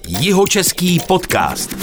Jihočeský podcast.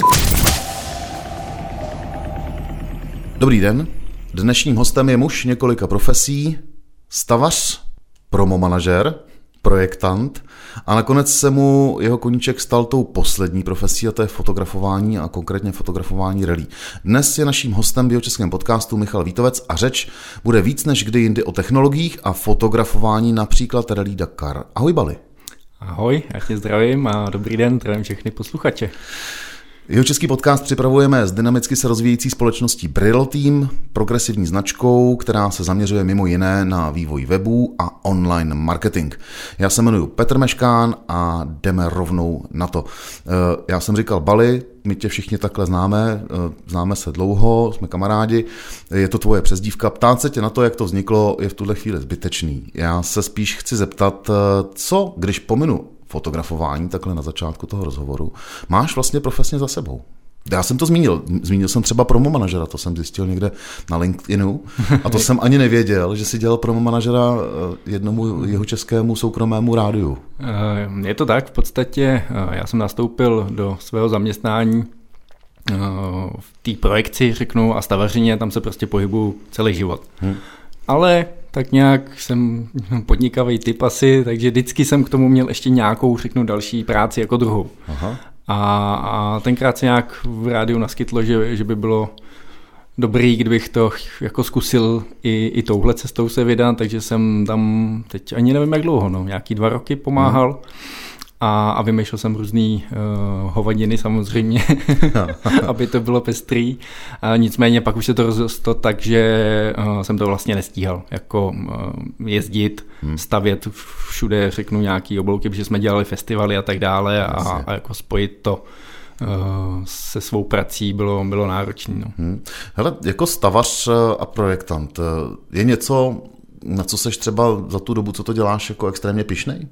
Dobrý den. Dnešním hostem je muž několika profesí, stavař, promomanažer, projektant a nakonec se mu jeho koníček stal tou poslední profesí a to je fotografování a konkrétně fotografování rallye. Dnes je naším hostem v Jihočeském podcastu Michal Vítovec a řeč bude víc než kdy jindy o technologiích a fotografování například Rallye Dakar. Ahoj Bali. Ahoj, já tě zdravím a dobrý den, zdravím všechny posluchače. Jihočeský podcast připravujeme s dynamicky se rozvíjející společností Bridal Team, progresivní značkou, která se zaměřuje mimo jiné na vývoj webů a online marketing. Já se jmenuji Petr Meškán a jdeme rovnou na to. Já jsem říkal Bali, my tě všichni takhle známe se dlouho, jsme kamarádi, je to tvoje přezdívka. Ptát se tě na to, jak to vzniklo, je v tuhle chvíli zbytečný. Já se spíš chci zeptat, co, když pominu fotografování, takhle na začátku toho rozhovoru, máš vlastně profesně za sebou? Já jsem to zmínil jsem třeba promomanažera, to jsem zjistil někde na LinkedInu a to jsem ani nevěděl, že si dělal promomanažera jednomu jihočeskému soukromému rádiu. Je to tak, v podstatě já jsem nastoupil do svého zaměstnání v té projekci, řeknu, a stavařině, tam se prostě pohybuju celý život. Ale tak nějak jsem podnikavý typ asi, takže vždycky jsem k tomu měl ještě nějakou, řeknu, další práci jako druhou. Aha. A tenkrát se nějak v rádiu naskytlo, že by bylo dobrý, kdybych to jako zkusil i touhle cestou se vydat, takže jsem tam teď ani nevím jak dlouho, nějaký 2 roky pomáhal. A vymýšlel jsem různý hovadiny samozřejmě, aby to bylo pestrý. Nicméně pak už se to rozrostlo tak, že jsem to vlastně nestíhal. Jako jezdit, stavět všude, řeknu nějaký oblouky, protože jsme dělali festivaly a tak dále a jako spojit to se svou prací bylo náročné. No. Hele, jako stavař a projektant, je něco, na co seš třeba za tu dobu, co to děláš, jako extrémně pyšnej?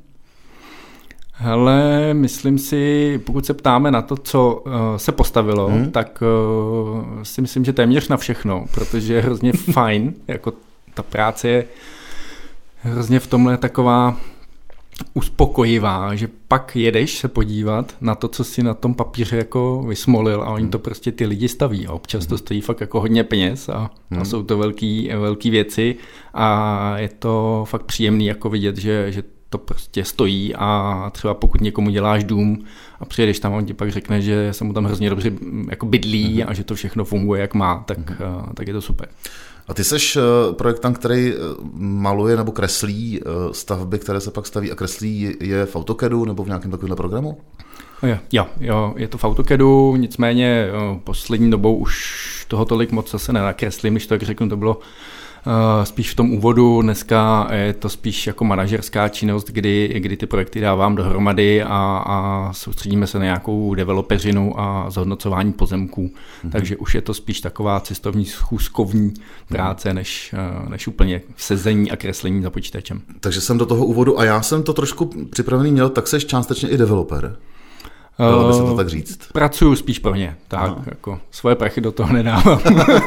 Hele, myslím si, pokud se ptáme na to, co se postavilo, tak si myslím, že téměř na všechno, protože je hrozně fajn, jako ta práce je hrozně v tomhle taková uspokojivá, že pak jedeš se podívat na to, co si na tom papíře jako vysmolil a oni to prostě ty lidi staví a občas to stojí fakt jako hodně peněz a jsou to velký věci a je to fakt příjemný jako vidět, že to prostě stojí a třeba pokud někomu děláš dům a přijedeš tam a on ti pak řekne, že se mu tam hrozně dobře jako bydlí a že to všechno funguje jak má, tak je to super. A ty seš projektant, který maluje nebo kreslí stavby, které se pak staví a kreslí je v AutoCADu nebo v nějakém takovémhle programu? Jo, je to v AutoCADu, nicméně poslední dobou už toho tolik moc zase nenakreslím, když to tak řeknu, to bylo spíš v tom úvodu. Dneska je to spíš jako manažerská činnost, kdy ty projekty dávám dohromady a soustředíme se na nějakou developeřinu a zhodnocování pozemků. Takže už je to spíš taková cestovní schůzkovní práce, než úplně sezení a kreslení za počítačem. Takže jsem do toho úvodu a já jsem to trošku připravený měl, tak seš částečně i developer. Dalo by se to tak říct. Pracuju spíš pro ně, tak jako svoje prachy do toho nedávám.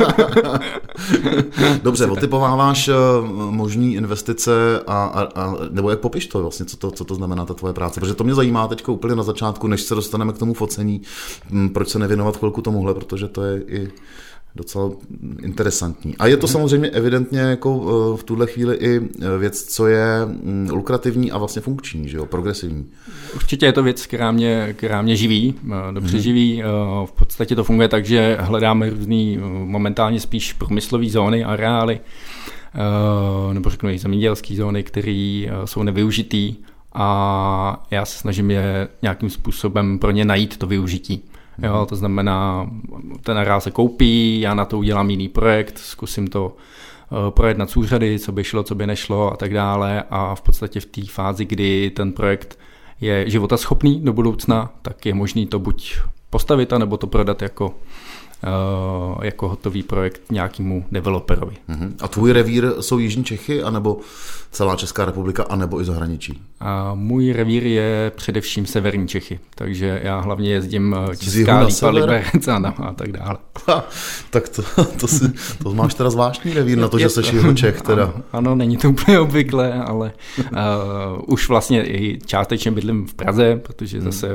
Dobře, otypováváš možný investice a nebo jak popiš to vlastně, co to znamená ta tvoje práce, protože to mě zajímá teď úplně na začátku, než se dostaneme k tomu focení, proč se nevěnovat chvilku tomuhle, protože to je i docela interesantní. A je to samozřejmě evidentně jako v tuhle chvíli i věc, co je lukrativní a vlastně funkční, že jo, progresivní. Určitě je to věc, která mě živí, dobře živí. V podstatě to funguje tak, že hledáme různý momentálně spíš průmyslové zóny, areály, nebo řeknu i zemědělské zóny, které jsou nevyužitý a já se snažím je nějakým způsobem pro ně najít to využití. Jo, to znamená, ten areál se koupí, já na to udělám jiný projekt, zkusím to projednat s úřady, co by šlo, co by nešlo a tak dále a v podstatě v té fázi, kdy ten projekt je životaschopný do budoucna, tak je možný to buď postavit, anebo to prodat jako hotový projekt nějakému developerovi. A tvůj revír jsou Jižní Čechy, anebo celá Česká republika, anebo i zahraničí? A můj revír je především severní Čechy, takže já hlavně jezdím Česká Lípa, Liberec a tak dále. Tak to máš teda zvláštní revír na to, že seš Jihočech teda. Ano, není to úplně obvyklé, ale už vlastně i částečně bydlím v Praze, protože zase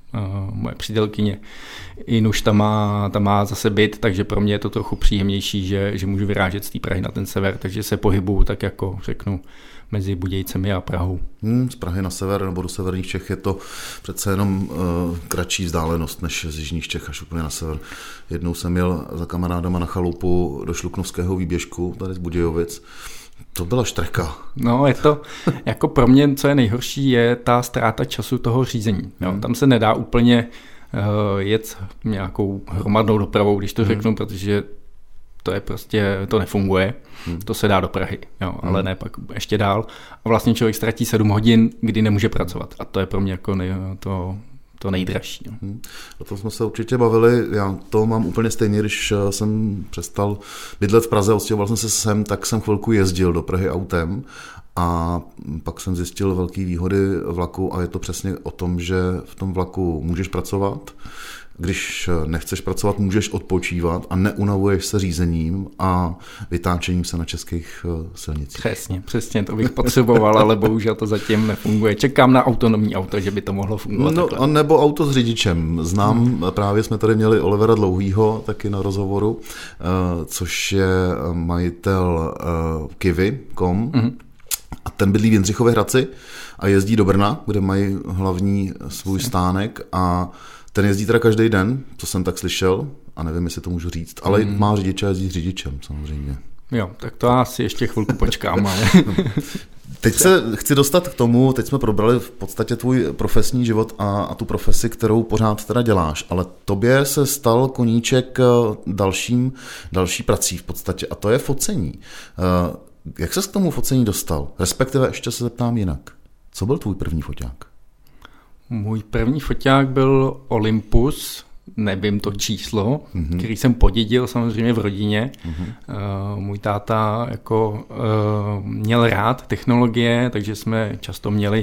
moje přítelkyně Inuš tam má zase byt, takže pro mě je to trochu příjemnější, že můžu vyrážet z té Prahy na ten sever, takže se pohybuju tak jako řeknu mezi Budějcemi a Prahou. Z Prahy na sever nebo do severních Čech je to přece jenom kratší vzdálenost než z jižních Čech až úplně na sever. Jednou jsem jel za kamarádama na chalupu do Šluknovského výběžku, tady z Budějovic. To byla štreka. No, je to, jako pro mě, co je nejhorší, je ta ztráta času toho řízení. Jo, tam se nedá úplně jet nějakou hromadnou dopravou, když to řeknu, protože to je prostě, to nefunguje. To se dá do Prahy, jo, ale ne pak ještě dál. A vlastně člověk ztratí 7 hodin, kdy nemůže pracovat. A to je pro mě jako to nejdražší. No. O tom jsme se určitě bavili. Já to mám úplně stejně, když jsem přestal bydlet v Praze, odstěhoval jsem se sem, tak jsem chvilku jezdil do Prahy autem a pak jsem zjistil velké výhody vlaku a je to přesně o tom, že v tom vlaku můžeš pracovat. Když nechceš pracovat, můžeš odpočívat a neunavuješ se řízením a vytáčením se na českých silnicích. Přesně, to bych potřeboval, ale bohužel to zatím nefunguje. Čekám na autonomní auto, že by to mohlo fungovat. No, a nebo auto s řidičem. Znám, právě jsme tady měli Olivera Dlouhýho taky na rozhovoru, což je majitel Kiwi.com. A ten bydlí v Jindřichově Hradci a jezdí do Brna, kde mají hlavní svůj stánek a ten jezdí teda každý den, co jsem tak slyšel, a nevím, jestli to můžu říct, ale má řidiče a jezdí s řidičem samozřejmě. Jo, tak to asi ještě chvilku počkám. Ale... Teď se chci dostat k tomu, teď jsme probrali v podstatě tvůj profesní život a tu profesi, kterou pořád teda děláš, ale tobě se stal koníček další prací v podstatě a to je focení. Jak ses k tomu focení dostal? Respektive ještě se zeptám jinak. Co byl tvůj první foťák? Můj první foťák byl Olympus, nevím to číslo, který jsem podědil samozřejmě v rodině. Můj táta jako měl rád technologie, takže jsme často měli,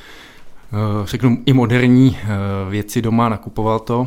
řeknu, i moderní věci doma, nakupoval to.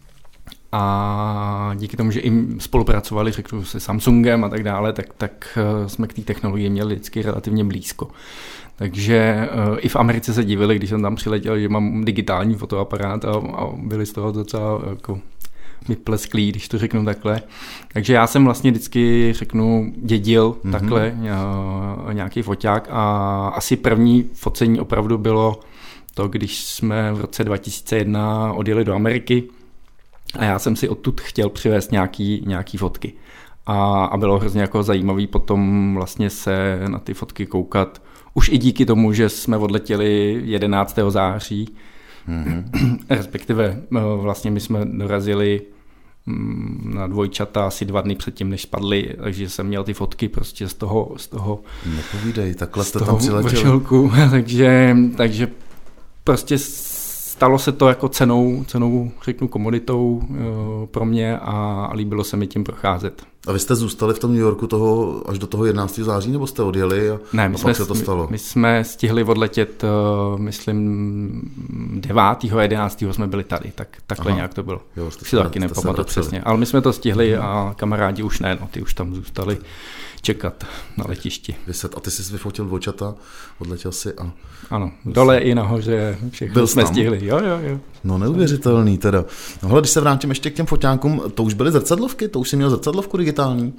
A díky tomu, že jim spolupracovali, řeknu, se Samsungem a tak dále, tak jsme k té technologii měli vždycky relativně blízko. Takže i v Americe se divili, když jsem tam přiletěl, že mám digitální fotoaparát a byli z toho docela jako vyplesklí, když to řeknu takhle. Takže já jsem vlastně vždycky, řeknu, dědil takhle nějaký foťák a asi první focení opravdu bylo to, když jsme v roce 2001 odjeli do Ameriky a já jsem si odtud chtěl přivést nějaký fotky. A bylo hrozně jako zajímavý potom vlastně se na ty fotky koukat. Už i díky tomu, že jsme odletěli 11. září, respektive vlastně my jsme dorazili na dvojčata asi 2 dny předtím, než spadli, takže jsem měl ty fotky prostě z toho nepovídej, takhle jste tam přiletěli. Takže prostě stalo se to jako cenou řeknu, komoditou pro mě a líbilo se mi tím procházet. A vy jste zůstali v tom New Yorku až do toho 11. září, nebo jste odjeli a pak se to stalo? My jsme stihli odletět, myslím, 9. 11. jsme byli tady, takhle nějak to bylo. Jo, si to taky nepamatuji přesně, ale my jsme to stihli a kamarádi už ne, ty už tam zůstali čekat na letišti. A ty jsi vyfotil dvojčata, odletěl si a... Ano, dole i nahoře, všechno jsme stihli. Jo. No neuvěřitelný teda. No hele, když se vrátím ještě k těm foťákům, to už byly zrcadlovky? To už jsi měl zrcadlovku digitální?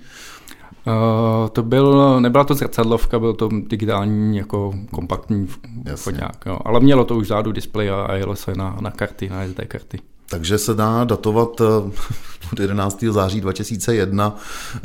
Nebyla to zrcadlovka, byl to digitální jako kompaktní foťák. Jo. Ale mělo to už zádu displej a jelo se na karty, na SD karty. Takže se dá datovat od 11. září 2001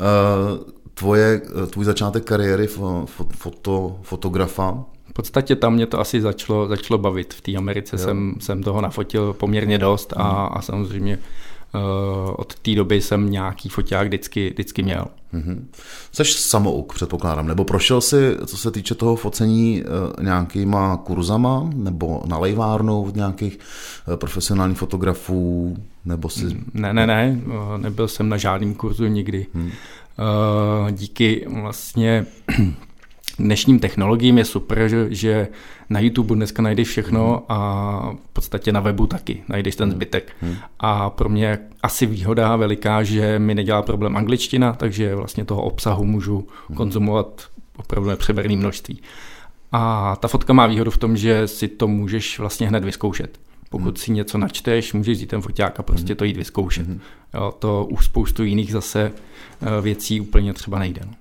tvůj začátek kariéry fotografa. V podstatě tam mě to asi začalo bavit. V té Americe jsem toho nafotil poměrně dost a samozřejmě od té doby jsem nějaký foťák vždycky měl. Seš samouk, předpokládám, nebo prošel si, co se týče toho focení, nějakýma kurzama, nebo nalejvárnou od nějakých profesionálních fotografů, nebo si... Ne, nebyl jsem na žádném kurzu nikdy. Díky vlastně dnešním technologiím je super, že na YouTube dneska najdeš všechno a v podstatě na webu taky najdeš ten zbytek. A pro mě asi výhoda veliká, že mi nedělá problém angličtina, takže vlastně toho obsahu můžu konzumovat opravdu nepřeberné množství. A ta fotka má výhodu v tom, že si to můžeš vlastně hned vyzkoušet. Pokud si něco načteš, můžeš vzít ten foťák a prostě to jít vyzkoušet. Jo, to už spoustu jiných zase věcí úplně třeba nejde. No.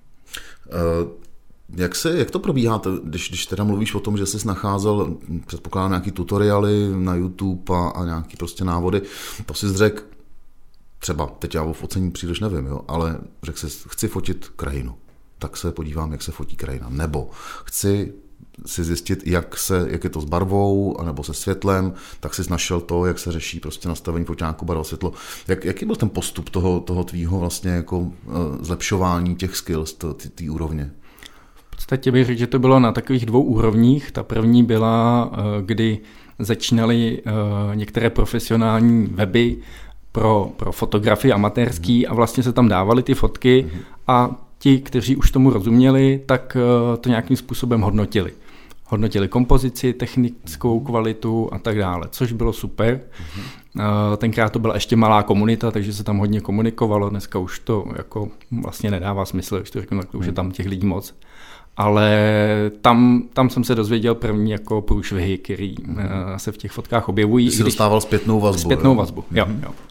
Jak to probíhá, když teda mluvíš o tom, že jsi nacházel, předpokládám, nějaký tutoriály na YouTube a nějaký prostě návody, to jsi řekl, třeba, teď já o focení příliš nevím, jo, ale řekl jsi, chci fotit krajinu, tak se podívám, jak se fotí krajina, nebo chci si zjistit, jak je to s barvou, anebo se světlem, tak jsi našel to, jak se řeší prostě nastavení foťáku, barva, světlo. Jaký byl ten postup toho tvýho vlastně jako zlepšování těch skills, té úrovně? V podstatě bych řekl, že to bylo na takových 2 úrovních. Ta první byla, kdy začínaly některé profesionální weby pro fotografii amatérský a vlastně se tam dávaly ty fotky a ti, kteří už tomu rozuměli, tak to nějakým způsobem hodnotili. Hodnotili kompozici, technickou kvalitu a tak dále, což bylo super. Tenkrát to byla ještě malá komunita, takže se tam hodně komunikovalo. Dneska už to jako vlastně nedává smysl, když to řeknu, tak už je tam těch lidí moc. Ale tam jsem se dozvěděl první jako průšvihy, který se v těch fotkách objevují. Jsi dostával zpětnou vazbu. Zpětnou vazbu, jo.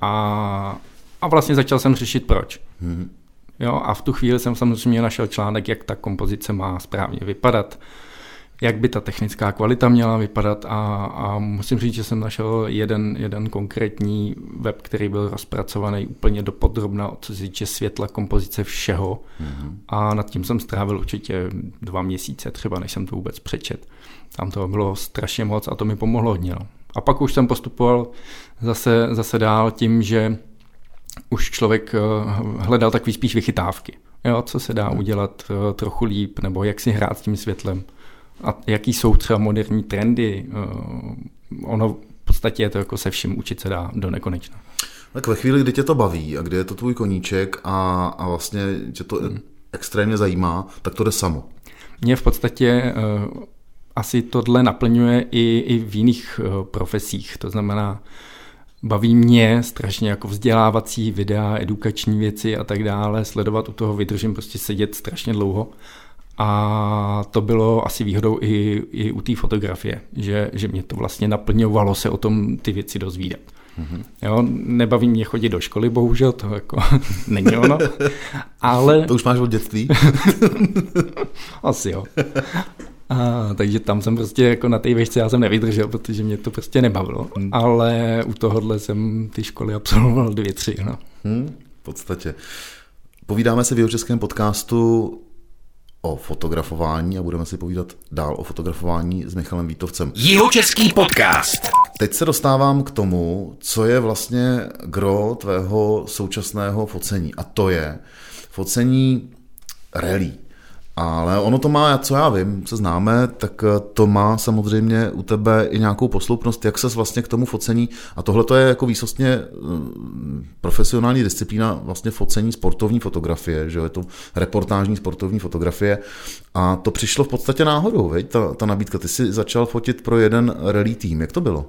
A vlastně začal jsem řešit proč. Jo, a v tu chvíli jsem samozřejmě našel článek, jak ta kompozice má správně vypadat, jak by ta technická kvalita měla vypadat a musím říct, že jsem našel jeden konkrétní web, který byl rozpracovaný úplně dopodrobna, co se týče světla, kompozice, všeho a nad tím jsem strávil určitě 2 měsíce třeba, než jsem to vůbec přečet. Tam toho bylo strašně moc a to mi pomohlo hodně. No. A pak už jsem postupoval zase dál tím, že už člověk hledal takový spíš vychytávky. Jo, co se dá udělat trochu líp, nebo jak si hrát s tím světlem. A jaký jsou třeba moderní trendy. Ono v podstatě je to jako se vším, učit se dá do nekonečna. Tak ve chvíli, kdy tě to baví a kdy je to tvůj koníček a vlastně tě to extrémně zajímá, tak to jde samo. Mě v podstatě asi tohle naplňuje i v jiných profesích. To znamená, baví mě strašně jako vzdělávací videa, edukační věci a tak dále. Sledovat u toho vydržím prostě sedět strašně dlouho. A to bylo asi výhodou i u té fotografie, že mě to vlastně naplňovalo se o tom ty věci dozvídat. Jo, nebaví mě chodit do školy, bohužel, to jako není ono. Ale... To už máš od dětství? Asi jo. Takže tam jsem prostě jako na té výšce já jsem nevydržel, protože mě to prostě nebavilo. Ale u tohohle jsem ty školy absolvoval 2-3. No. V podstatě. Povídáme se v Jihočeském podcastu o fotografování a budeme si povídat dál o fotografování s Michalem Vítovcem. Jihočeský podcast. Teď se dostávám k tomu, co je vlastně gro tvého současného focení. A to je focení rally. Ale ono to má, co já vím, se známe, tak to má samozřejmě u tebe i nějakou posloupnost, jak ses vlastně k tomu focení, a tohle to je jako výsostně profesionální disciplína vlastně focení sportovní fotografie, že je to reportážní sportovní fotografie a to přišlo v podstatě náhodou, veď, ta nabídka. Ty jsi začal fotit pro jeden rally tým, jak to bylo?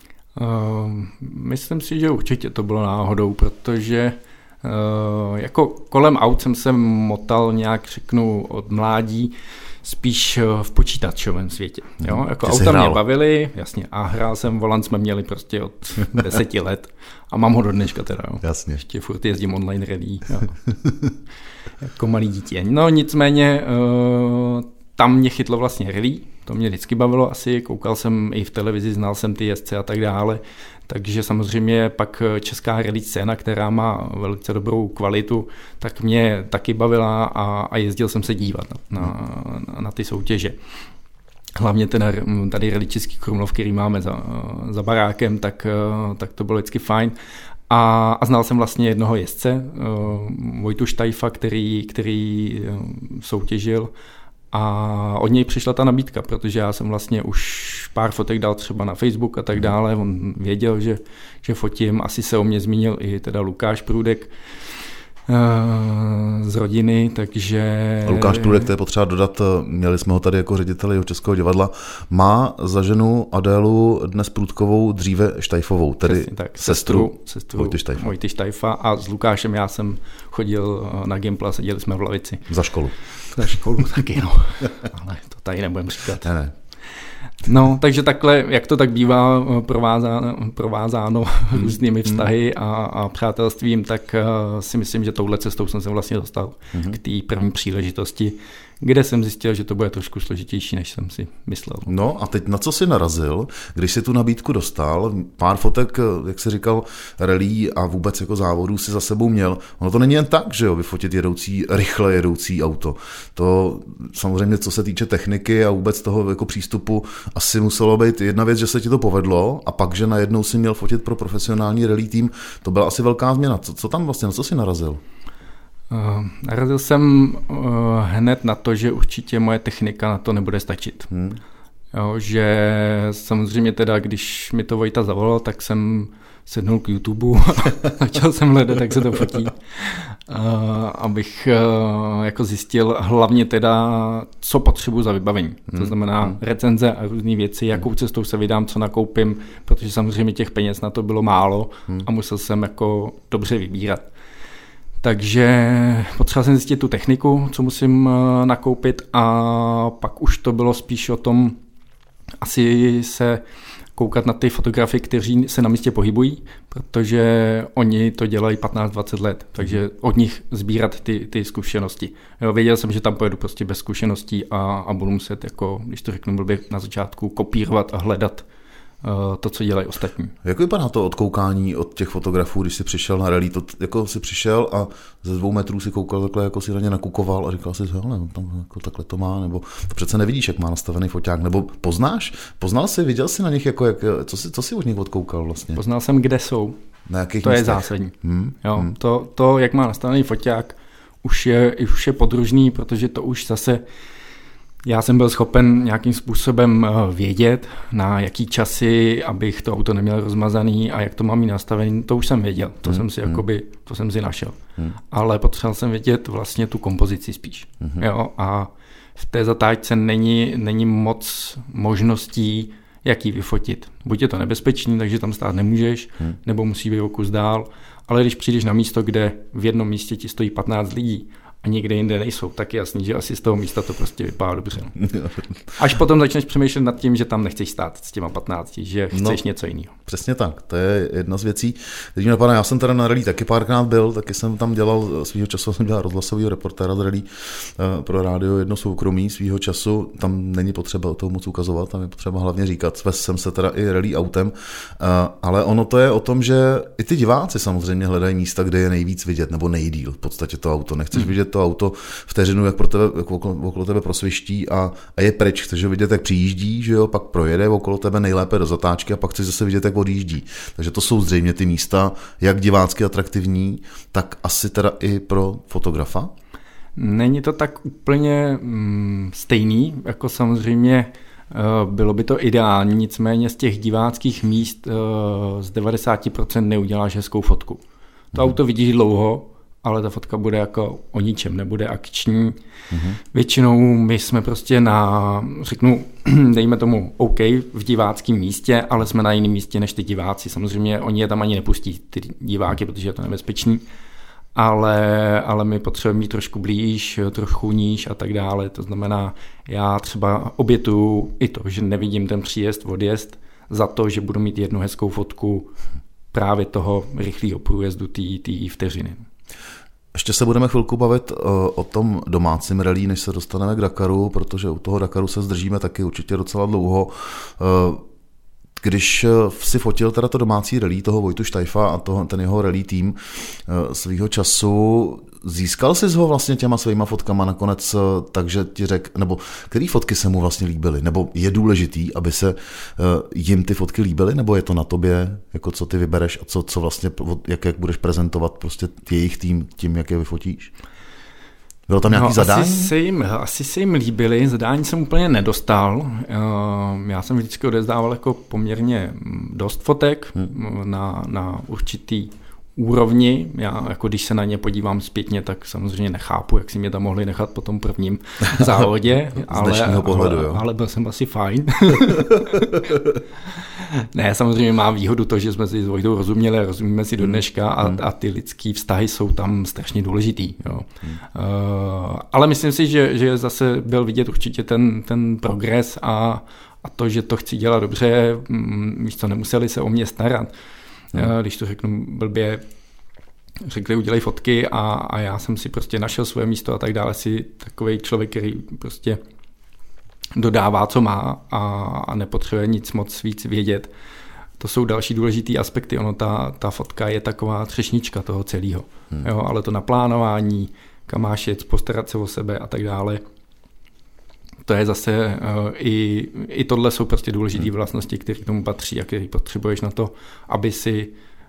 Myslím si, že určitě to bylo náhodou, protože jako kolem aut jsem se motal nějak, řeknu, od mládí spíš v počítačovém světě. Jo? Jako auta mě bavily, jasně, a hrál jsem, volant jsme měli prostě od 10 let a mám ho do dneška teda. Jo? Jasně. Ještě furt jezdím online rally. Jako malý dítě. No nicméně tam mě chytlo vlastně rally, to mě vždycky bavilo asi, koukal jsem i v televizi, znal jsem ty jezdce a tak dále, takže samozřejmě pak česká rally scéna, která má velice dobrou kvalitu, tak mě taky bavila a jezdil jsem se dívat na ty soutěže. Hlavně tady rally Český Krumlov, který máme za barákem, tak to bylo vždycky fajn. A znal jsem vlastně jednoho jezdce, Vojtu Štajfa, který soutěžil, a od něj přišla ta nabídka, protože já jsem vlastně už pár fotek dal třeba na Facebook a tak dále. On věděl, že fotím. Asi se o mě zmínil i teda Lukáš Průdek z rodiny, takže... Lukáš Průdek, to je potřeba dodat, měli jsme ho tady jako řediteli Jihočeského divadla, má za ženu Adélu dnes Průdkovou, dříve Štajfovou, tedy tak, sestru Vojty Štajfa, a s Lukášem já jsem chodil na Gimpla, seděli jsme v lavici. Za školu. Za školu taky, no. Ale to tady nebudem říkat. Ne. No, takže takhle, jak to tak bývá provázáno různými vztahy a přátelstvím, tak si myslím, že touhle cestou jsem se vlastně dostal k té první příležitosti, kde jsem zjistil, že to bude trošku složitější, než jsem si myslel. No a teď na co jsi narazil, když jsi tu nabídku dostal, pár fotek, jak jsi říkal, rally a vůbec jako závodů si za sebou měl. Ono to není jen tak, že jo, vyfotit rychle jedoucí auto. To samozřejmě, co se týče techniky a vůbec toho jako přístupu, asi muselo být jedna věc, že se ti to povedlo a pak, že najednou si měl fotit pro profesionální rally tým, to byla asi velká změna. Co tam vlastně, na co jsi narazil? Narazil jsem hned na to, že určitě moje technika na to nebude stačit. Jo, že samozřejmě teda, když mi to Vojta zavolal, tak jsem sednul k YouTube a začal jsem hledat, jak se to fotí. Abych jako zjistil hlavně teda, co potřebuji za vybavení. To znamená recenze a různé věci, jakou cestou se vydám, co nakoupím, protože samozřejmě těch peněz na to bylo málo a musel jsem jako dobře vybírat. Takže potřeboval jsem zjistit tu techniku, co musím nakoupit a pak už to bylo spíš o tom asi se koukat na ty fotografy, kteří se na místě pohybují, protože oni to dělají 15-20 let, takže od nich sbírat ty zkušenosti. Jo, věděl jsem, že tam pojedu prostě bez zkušeností a budu muset, jako, když to řeknu blbě na začátku, kopírovat a hledat to, co dělají ostatní. Jak vypadá to odkoukání od těch fotografů, když jsi přišel na rally? To jako jsi přišel a ze 2 metrů si koukal takhle, jako si na ně nakukoval a říkal si, hele, tam jako takhle to má, nebo to přece nevidíš, jak má nastavený foťák, nebo poznal jsi, viděl jsi na nich, jako co jsi od nich odkoukal vlastně? Poznal jsem, kde jsou. Na jakých to místech? Je zásadní. Jo, to, jak má nastavený foťák, už je podružný, protože to už zase já jsem byl schopen nějakým způsobem vědět, na jaký časy, abych to auto neměl rozmazaný a jak to mám mít nastavený, to už jsem věděl, to jsem si našel. Ale potřeboval jsem vědět vlastně tu kompozici spíš. Jo? A v té zatáčce není moc možností, jak ji vyfotit. Buď je to nebezpečný, takže tam stát nemůžeš, nebo musí být o kus dál, ale když přijdeš na místo, kde v jednom místě ti stojí 15 lidí, a někde jinde nejsou, tak je jasný, že asi z toho místa to prostě vypadá dobře. Až potom začneš přemýšlet nad tím, že tam nechceš stát s těma 15, že chceš něco jiného. Přesně tak, to je jedna z věcí. Teď mi napadá, já jsem teda na rally taky párkrát byl, taky jsem tam dělal, svýho času jsem dělal rozhlasovýho reportéra z rally pro rádio jedno soukromí svýho času, tam není potřeba o toho moc ukazovat, tam je potřeba hlavně říkat, vez jsem se teda i rally autem, ale ono to je o tom, že i ty diváci samozřejmě hledají místa, kde je nejvíc vidět, nebo nejdýl v podstatě to auto, nechceš vidět to auto vteřinu, jak pro tebe, okolo tebe prosviští a je pryč. Chceš vidět, jak přijíždí, že jo, pak projede okolo tebe nejlépe do zatáčky a pak chceš zase vidět, jak odjíždí. Takže to jsou zřejmě ty místa, jak divácky atraktivní, tak asi teda i pro fotografa? Není to tak úplně stejný, jako samozřejmě bylo by to ideální, nicméně z těch diváckých míst z 90% neuděláš hezkou fotku. To auto vidíš dlouho, ale ta fotka bude jako o ničem, nebude akční. Většinou my jsme prostě řeknu, dejme tomu OK v diváckém místě, ale jsme na jiném místě než ty diváci. Samozřejmě oni je tam ani nepustí, ty diváky, protože je to nebezpečný, ale my potřebujeme mít trošku blíž, trošku níž a tak dále. To znamená, já třeba obětuju i to, že nevidím ten příjezd, odjezd za to, že budu mít jednu hezkou fotku právě toho rychlého průjezdu té vteřiny. Ještě se budeme chvilku bavit o tom domácím rally, než se dostaneme k Dakaru, protože u toho Dakaru se zdržíme taky určitě docela dlouho. Když si fotil teda to domácí rally toho Vojtu Štajfa a ten jeho rally tým svýho času, získal jsi ho vlastně těma svýma fotkama nakonec, takže ti řekl, nebo který fotky se mu vlastně líbily, nebo je důležitý, aby se jim ty fotky líbily, nebo je to na tobě, jako co ty vybereš a co vlastně, jak budeš prezentovat prostě jejich tým tím, jak je vyfotíš? Bylo tam nějaký zadání? Asi se jim líbily, zadání jsem úplně nedostal. Já jsem vždycky odezdával jako poměrně dost fotek na určitý úrovni. Já jako když se na ně podívám zpětně, tak samozřejmě nechápu, jak si mě tam mohli nechat po tom prvním závodě. Ale byl jsem asi fajn. Ne, samozřejmě má výhodu to, že jsme si s Vojtou rozuměli a rozumíme si do dneška a ty lidský vztahy jsou tam strašně důležitý. Jo. Ale myslím si, že zase byl vidět určitě ten progres a a to, že to chci dělat dobře, víš co, nemuseli se o mě starat. Když to řeknu blbě, řekli udělej fotky a já jsem si prostě našel své místo a tak dále, si takovej člověk, který prostě dodává, co má a nepotřebuje nic moc víc vědět. To jsou další důležitý aspekty. Ono, ta fotka je taková třešnička toho celého. Jo, ale to naplánování, kam máš jet, postarat se o sebe a tak dále, to je zase i tohle jsou prostě důležité vlastnosti, které k tomu patří a které potřebuješ na to, aby si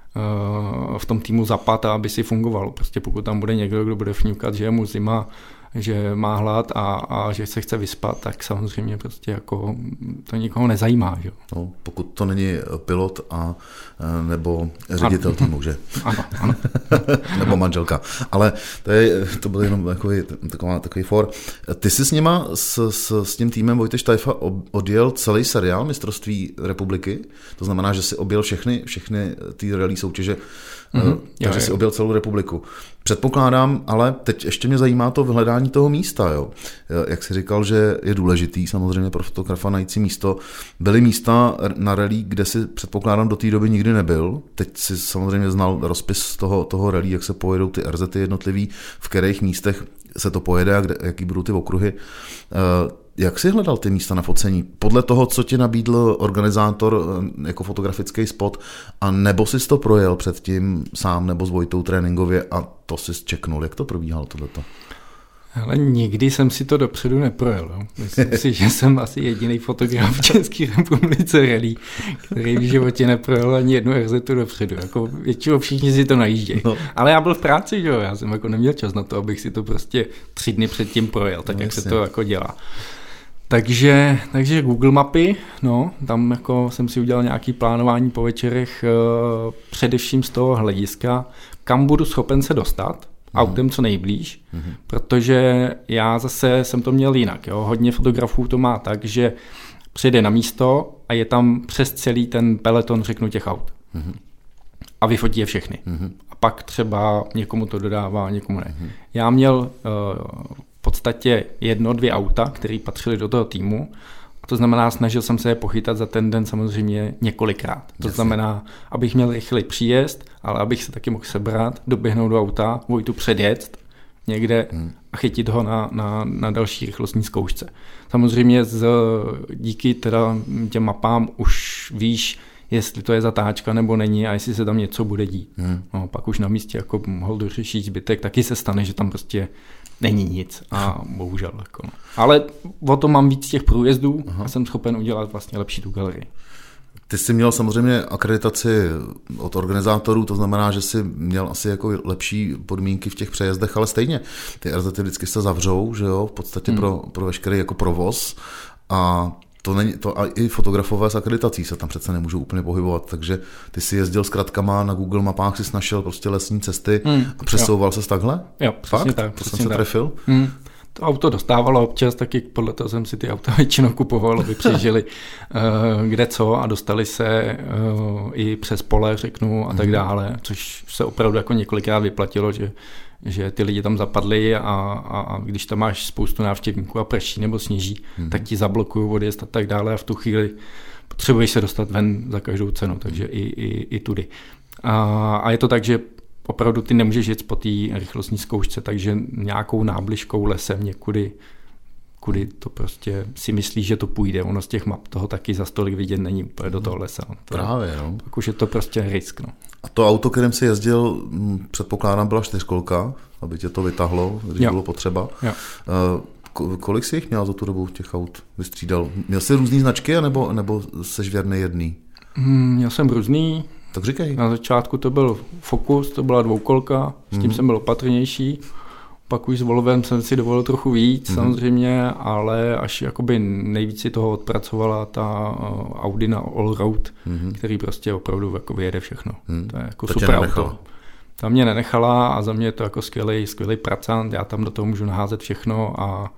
v tom týmu zapadl a aby si fungoval. Prostě pokud tam bude někdo, kdo bude fňukat, že je mu zima, že má hlad a že se chce vyspat, tak samozřejmě prostě jako to nikoho nezajímá. Že? No, pokud to není pilot nebo ředitel týmu, že? Ano. Nebo manželka. Ale to byl jenom takový for. Ty jsi s nima, s tím týmem Vojty Štajfa odjel celý seriál mistrovství republiky? To znamená, že si objel všechny ty rally soutěže, takže si objel celou republiku. Předpokládám, ale teď ještě mě zajímá to vyhledání toho místa. Jo. Jak jsi říkal, že je důležitý samozřejmě pro fotografa najít si místo. Byly místa na rally, kde si předpokládám do té doby nikdy nebyl. Teď si samozřejmě znal rozpis toho rally, jak se pojedou ty RZ jednotlivý, v kterých místech se to pojede a jaký budou ty okruhy. Jak jsi hledal ty místa na focení? Podle toho, co ti nabídl organizátor jako fotografický spot, a nebo jsi to projel předtím sám nebo s Vojtou tréninkově a to jsi čeknul? Jak to probíhalo tohleto? Ale nikdy jsem si to dopředu neprojel. No. Myslím si, že jsem asi jediný fotograf v České republice rally, který v životě neprojel ani jednu RZ-tu dopředu. Jako většinou všichni si to najíždějí. No. Ale já byl v práci, že jo? Já jsem jako neměl čas na to, abych si to prostě 3 dny předtím projel, tak jak se to jako dělá. Takže Google mapy, no, tam jako jsem si udělal nějaké plánování po večerech, především z toho hlediska, kam budu schopen se dostat, autem co nejblíž, protože já zase jsem to měl jinak. Jo. Hodně fotografů to má tak, že přijde na místo a je tam přes celý ten peleton, řeknu, těch aut. A vyfotí je všechny. A pak třeba někomu to dodává, někomu ne. Já měl v podstatě 1-2 auta, které patřily do toho týmu. A to znamená, snažil jsem se je pochytat za ten den samozřejmě několikrát. To znamená, abych měl rychlý příjezd, ale abych se taky mohl sebrat, doběhnout do auta, Vojtu předjet někde a chytit ho na další rychlostní zkoušce. Samozřejmě díky teda těm mapám už víš, jestli to je zatáčka nebo není a jestli se tam něco bude dít. No, pak už na místě jako mohl dořešit zbytek, taky se stane, že tam prostě není nic a bohužel. Jako. Ale o to mám víc těch průjezdů a jsem schopen udělat vlastně lepší tu galerii. Ty jsi měl samozřejmě akreditaci od organizátorů, to znamená, že jsi měl asi jako lepší podmínky v těch přejezdech, ale stejně ty RZ vždycky se zavřou, že jo, v podstatě pro veškerý jako provoz a to není to, a i fotografové s akreditací se tam přece nemůžou úplně pohybovat, takže ty si jezdil s kratkama, na Google mapách si našel prostě lesní cesty a přesouval ses takhle? Jo, přesně fakt? tak. To jsem se trefil? To auto dostávalo občas, taky podle toho jsem si ty auta většinou kupoval, aby přežili kde co a dostali se i přes pole, řeknu, a tak dále, což se opravdu jako několikrát vyplatilo, že ty lidi tam zapadli a když tam máš spoustu návštěvníků a prší nebo sněží, tak ti zablokují odjezd a tak dále a v tu chvíli potřebuješ se dostat ven za každou cenu, takže i tudy. A je to tak, že opravdu ty nemůžeš jít po té rychlostní zkoušce, takže nějakou nábližkou lesem někudy, kudy to prostě si myslíš, že to půjde. Ono z těch map toho taky za stolik vidět není úplně do toho lesa. Právě, no. Tak už je to prostě risk, no. A to auto, kterým si jezdil, předpokládám, byla 4kolka, aby tě to vytahlo, když bylo potřeba. Jo. Kolik jsi jich měl za tu dobu těch aut vystřídal? Měl jsi různý značky, nebo seš věrný jedný? Měl jsem různý. Tak říkej. Na začátku to byl Focus, to byla 2kolka, s tím jsem byl opatrnější. Pak už s Volvem jsem si dovolil trochu víc, samozřejmě, ale až jakoby nejvíc si toho odpracovala ta Audi na Allroad, který prostě opravdu jako vyjede všechno. To je jako super auto. Ta mě nenechala a za mě je to jako skvělý pracant, já tam do toho můžu naházet všechno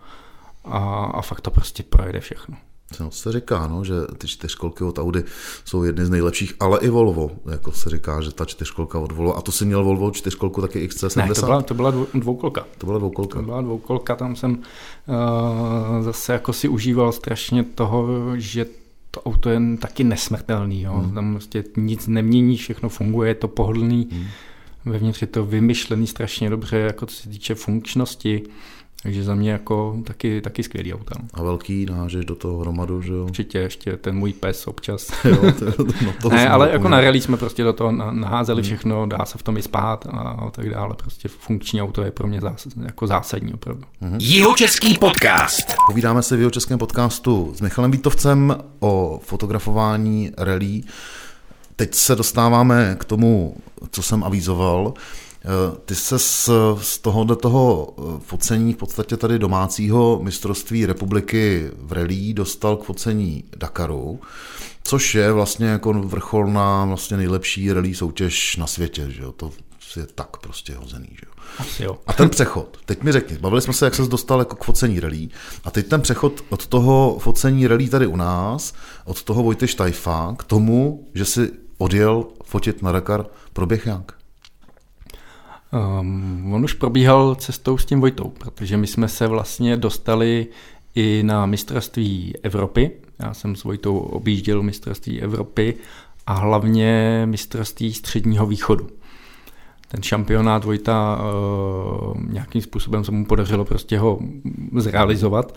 a fakt to prostě projede všechno. Se říká, no, že ty 4kolky od Audi jsou jedny z nejlepších, ale i Volvo, jako se říká, že ta 4kolka od Volvo. A to si měl Volvo 4kolku taky XC70? Ne, to byla 2kolka. To byla 2kolka. To byla 2kolka, tam jsem zase jako si užíval strašně toho, že to auto je taky nesmrtelný. Jo. Tam prostě nic nemění, všechno funguje, je to pohodlný. Vevnitř je to vymyšlený strašně dobře, jako co se týče funkčnosti. Takže za mě jako taky skvělý auto. A velký, nahážeš do toho hromadu, že jo? Určitě, ještě ten můj pes občas. Jo, ne, ale jako na rally jsme prostě do toho naházeli všechno, dá se v tom i spát a tak dále. Prostě funkční auto je pro mě jako zásadní opravdu. Jihočeský podcast. Povídáme se v Jihočeském podcastu s Michalem Vítovcem o fotografování rally. Teď se dostáváme k tomu, co jsem avizoval. Ty se z toho focení v podstatě tady domácího mistrovství republiky v rally dostal k focení Dakaru, což je vlastně jako vrcholná, vlastně nejlepší rally soutěž na světě, že jo? To je tak prostě hozený, že jo? Asi jo. A ten přechod, teď mi řekni, bavili jsme se, jak ses dostal jako k focení rally, a teď ten přechod od toho focení rally tady u nás, od toho Vojty Štajfa k tomu, že si odjel fotit na Dakar, proběh jak? On už probíhal cestou s tím Vojtou, protože my jsme se vlastně dostali i na mistrovství Evropy. Já jsem s Vojtou objížděl mistrovství Evropy a hlavně mistrovství Středního východu. Ten šampionát Vojta nějakým způsobem se mu podařilo prostě ho zrealizovat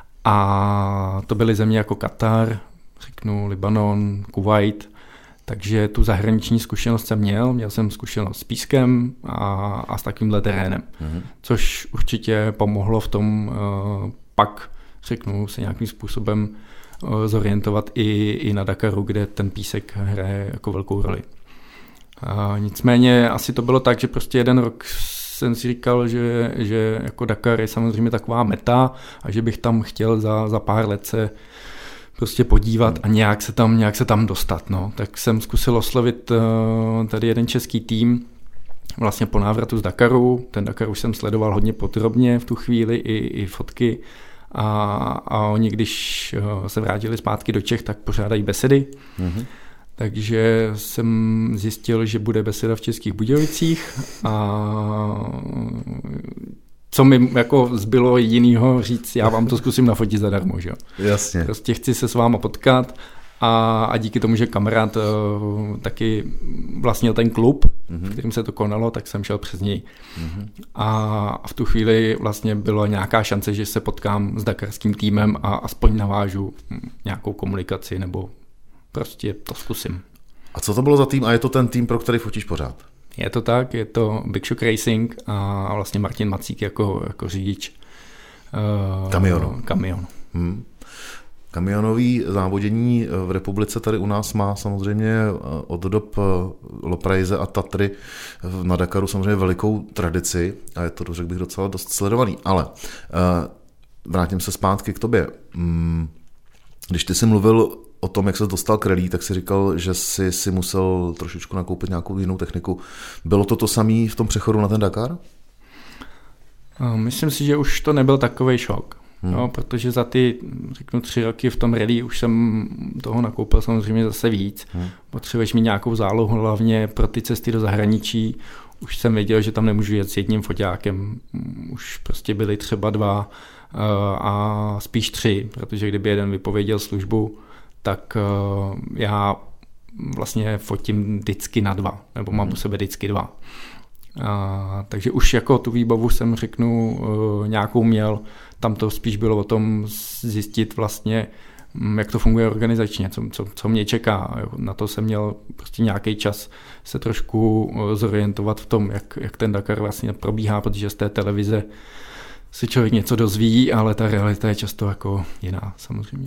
a to byly země jako Katar, řeknu Libanon, Kuvajt. Takže tu zahraniční zkušenost jsem měl jsem zkušenost s pískem a s takovýmhle terénem, což určitě pomohlo v tom pak, řeknu, se nějakým způsobem zorientovat i na Dakaru, kde ten písek hraje jako velkou roli. Nicméně asi to bylo tak, že prostě jeden rok jsem si říkal, že jako Dakar je samozřejmě taková meta a že bych tam chtěl za pár let se prostě podívat a nějak se tam dostat. No. Tak jsem zkusil oslovit tady jeden český tým vlastně po návratu z Dakaru. Ten Dakar už jsem sledoval hodně podrobně v tu chvíli, i fotky. A oni, když se vrátili zpátky do Čech, tak pořádají besedy. Takže jsem zjistil, že bude beseda v Českých Budějovicích a co mi jako zbylo jinýho říct, já vám to zkusím nafotit zadarmo, že jo. Jasně. Prostě chci se s váma potkat a díky tomu, že kamarád taky vlastnil ten klub, v kterém se to konalo, tak jsem šel přes něj. A v tu chvíli vlastně byla nějaká šance, že se potkám s dakarským týmem a aspoň navážu nějakou komunikaci nebo prostě to zkusím. A co to bylo za tým a je to ten tým, pro který fotíš pořád? Je to tak, je to Big Shock Racing a vlastně Martin Macík jako řidič kamionu. Kamionový závodění v republice tady u nás má samozřejmě od dob Loprajze a Tatry na Dakaru samozřejmě velikou tradici a je to, řekl bych, docela dost sledovaný. Ale vrátím se zpátky k tobě. Když ty jsi mluvil o tom, jak se dostal k rally, tak si říkal, že si musel trošičku nakoupit nějakou jinou techniku. Bylo to samé v tom přechodu na ten Dakar? Myslím si, že už to nebyl takovej šok. No, protože za ty, řeknu, 3 roky v tom rally už jsem toho nakoupil samozřejmě zase víc. Potřebuješ mít nějakou zálohu, hlavně pro ty cesty do zahraničí. Už jsem věděl, že tam nemůžu jet s jedním foťákem. Už prostě byly třeba 2 a spíš 3, protože kdyby jeden vypověděl službu, tak já vlastně fotím vždycky na 2, nebo mám u sebe vždycky 2. Takže už jako tu výbavu jsem, řeknu, nějakou měl. Tam to spíš bylo o tom zjistit vlastně, jak to funguje organizačně, co mě čeká. Na to jsem měl prostě nějaký čas se trošku zorientovat v tom, jak ten Dakar vlastně probíhá, protože z té televize si člověk něco dozví, ale ta realita je často jako jiná, samozřejmě.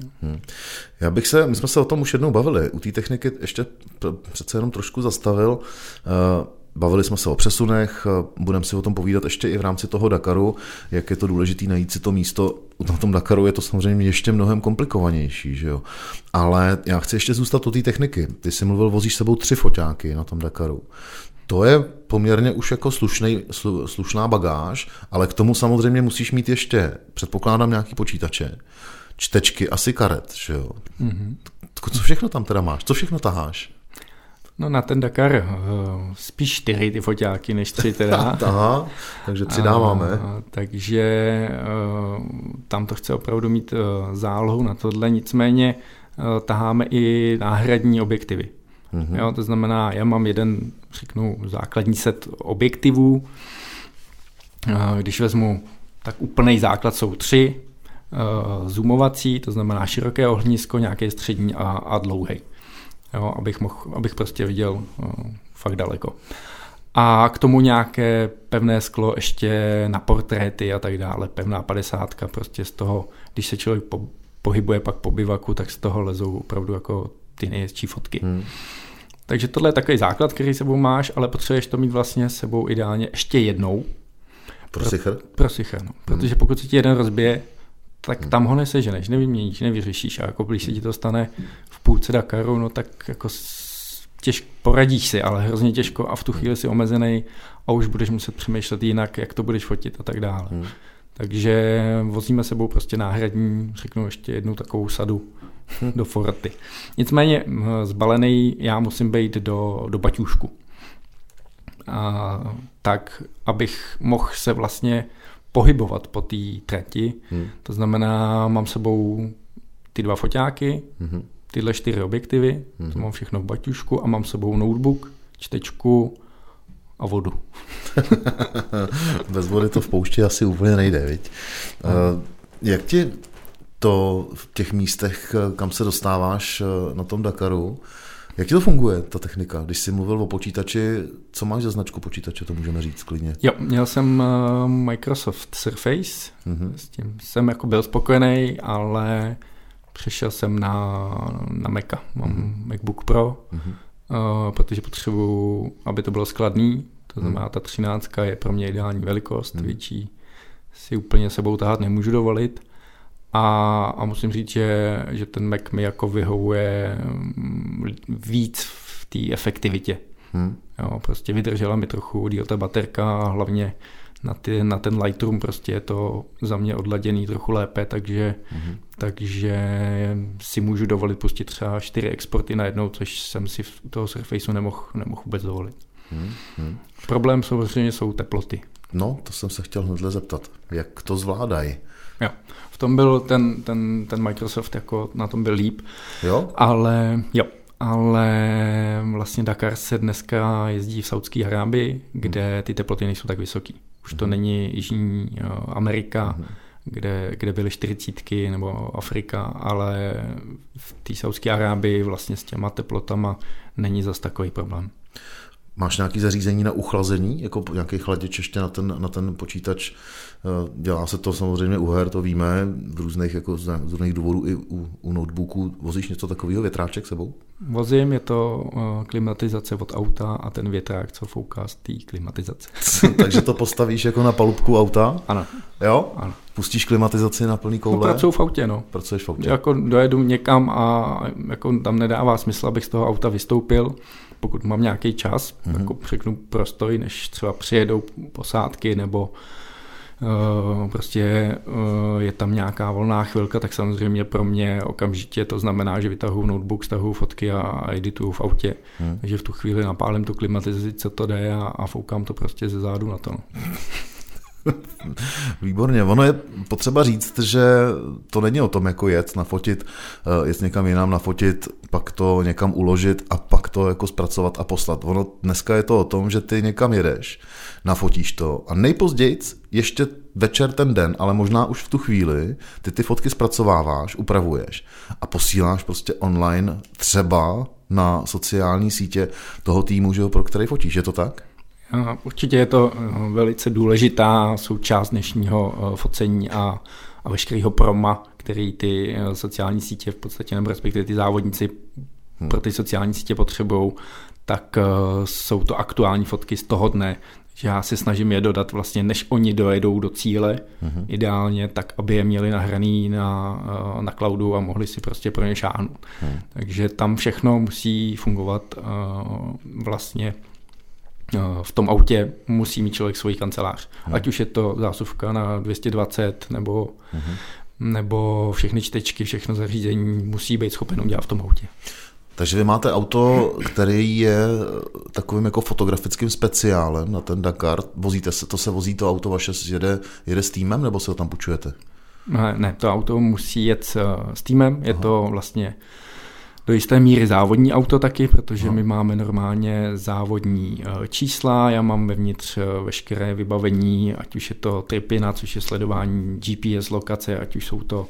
My jsme se o tom už jednou bavili. U té techniky ještě přece jenom trošku zastavil. Bavili jsme se o přesunech, budeme si o tom povídat ještě i v rámci toho Dakaru, jak je to důležité najít si to místo. Na tom Dakaru je to samozřejmě ještě mnohem komplikovanější, že jo. Ale já chci ještě zůstat u té techniky. Ty jsi mluvil, vozíš sebou 3 foťáky na tom Dakaru. To je poměrně už jako slušná bagáž, ale k tomu samozřejmě musíš mít ještě, předpokládám, nějaký počítače, čtečky, asi karet, že jo. Co všechno tam teda máš? Co všechno taháš? No na ten Dakar spíš 4 ty foťáky než 3 teda. Aha, takže 3 dáváme. Takže tam to chce opravdu mít zálohu na tohle, nicméně taháme i náhradní objektivy. Jo, to znamená, já mám jeden, řeknu, základní set objektivů. Když vezmu, tak úplný základ jsou 3. Zoomovací, to znamená široké ohnisko, nějaké střední a dlouhý. Jo, abych prostě viděl fakt daleko. A k tomu nějaké pevné sklo ještě na portréty a tak dále, pevná 50, prostě z toho, když se člověk pohybuje pak po bivaku, tak z toho lezou opravdu jako ty nejhezčí fotky. Takže tohle je takový základ, který sebou máš, ale potřebuješ to mít vlastně sebou ideálně ještě jednou. Pro sichr, no. Protože pokud se ti jeden rozbije, tak tam ho neseženeš, nevyměníš, nevyřešíš. A jako když se ti to stane v půlce Dakaru, no tak jako poradíš si, ale hrozně těžko a v tu chvíli si omezený a už budeš muset přemýšlet jinak, jak to budeš fotit a tak dále. Takže vozíme sebou prostě náhradní, řeknu ještě jednu takovou sadu do Forty. Nicméně zbalený já musím být do baťůžku. Tak, abych mohl se vlastně pohybovat po té trati. To znamená, mám sebou ty 2 foťáky, tyhle 4 objektivy, to mám všechno v baťušku a mám sebou notebook, čtečku a vodu. Bez vody to v poušti asi úplně nejde, viď? Jak ti to v těch místech, kam se dostáváš na tom Dakaru, jak ti to funguje, ta technika? Když jsi mluvil o počítači, co máš za značku počítače, to můžeme říct klidně. Jo, měl jsem Microsoft Surface, s tím jsem jako byl spokojený, ale přešel jsem na Maca. Mám MacBook Pro, protože potřebuji, aby to bylo skladný, to znamená ta 13 je pro mě ideální velikost, větší si úplně sebou tahat nemůžu dovolit. A musím říct, že ten Mac mi jako vyhovuje víc v té efektivitě. Jo, prostě vydržela mi trochu díl ta baterka a hlavně na ten Lightroom prostě je to za mě odladěný trochu lépe, takže si můžu dovolit pustit třeba 4 exporty najednou, což jsem si v toho Surfaceu nemohl vůbec dovolit. Problém samozřejmě jsou teploty. No, to jsem se chtěl hnedle zeptat. Jak to zvládají? Jo, v tom byl ten Microsoft, jako na tom byl líp. Jo? Ale vlastně Dakar se dneska jezdí v Saudské Arábii, kde ty teploty nejsou tak vysoký. Už to není Jižní Amerika, kde byly 40 nebo Afrika, ale v té Saudské Arábii vlastně s těma teplotama není zas takový problém. Máš nějaké zařízení na uchlazení, jako nějaký chladič ještě na ten počítač? Dělá se to samozřejmě u her, to víme, v různých důvodů i u notebooků. Vozíš něco takového, větráček sebou? Vozím, je to klimatizace od auta a ten větrák, co fouká z té klimatizace. Takže to postavíš jako na palubku auta? Ano. Jo? Ano. Pustíš klimatizaci na plný koule? No, pracuji v autě, no. Pracuješ v autě? Jako dojedu někam a jako tam nedává smysl, abych z toho auta vystoupil, pokud mám nějaký čas, jako řeknu prostoj, než třeba přijedou posádky nebo je tam nějaká volná chvilka, tak samozřejmě pro mě okamžitě to znamená, že vytahuji notebook, stahuji fotky a edituju v autě. Takže v tu chvíli napálím tu klimatizaci, co to jde a foukám to prostě ze zádu na to. No. Výborně. Ono je potřeba říct, že to není o tom, jako jet někam jinam nafotit, pak to někam uložit a pak to jako zpracovat a poslat. Ono dneska je to o tom, že ty někam jedeš, nafotíš to a nejpozději ještě večer ten den, ale možná už v tu chvíli ty fotky zpracováváš, upravuješ a posíláš prostě online třeba na sociální sítě toho týmu, že jo, pro který fotíš. Je to tak? Určitě je to velice důležitá součást dnešního focení a veškerého proma, který ty sociální sítě v podstatě, nebo respektive ty závodníci pro ty sociální sítě potřebují, tak jsou to aktuální fotky z toho dne, že já se snažím je dodat vlastně, než oni dojedou do cíle, ideálně, tak aby je měli nahraný na cloudu a mohli si prostě pro ně šáhnout. Takže tam všechno musí fungovat vlastně. V tom autě musí mít člověk svůj kancelář. Ať už je to zásuvka na 220 nebo všechny čtečky, všechno zařízení musí být schopen udělat v tom autě. Takže vy máte auto, který je takovým jako fotografickým speciálem na ten Dakar. Vozí to auto vaše, jede s týmem, nebo se ho tam půjčujete? Ne, to auto musí jet s týmem, je to vlastně do jisté míry závodní auto taky, protože my máme normálně závodní čísla, já mám vevnitř veškeré vybavení, ať už je to tripina, což je sledování GPS lokace, ať už jsou to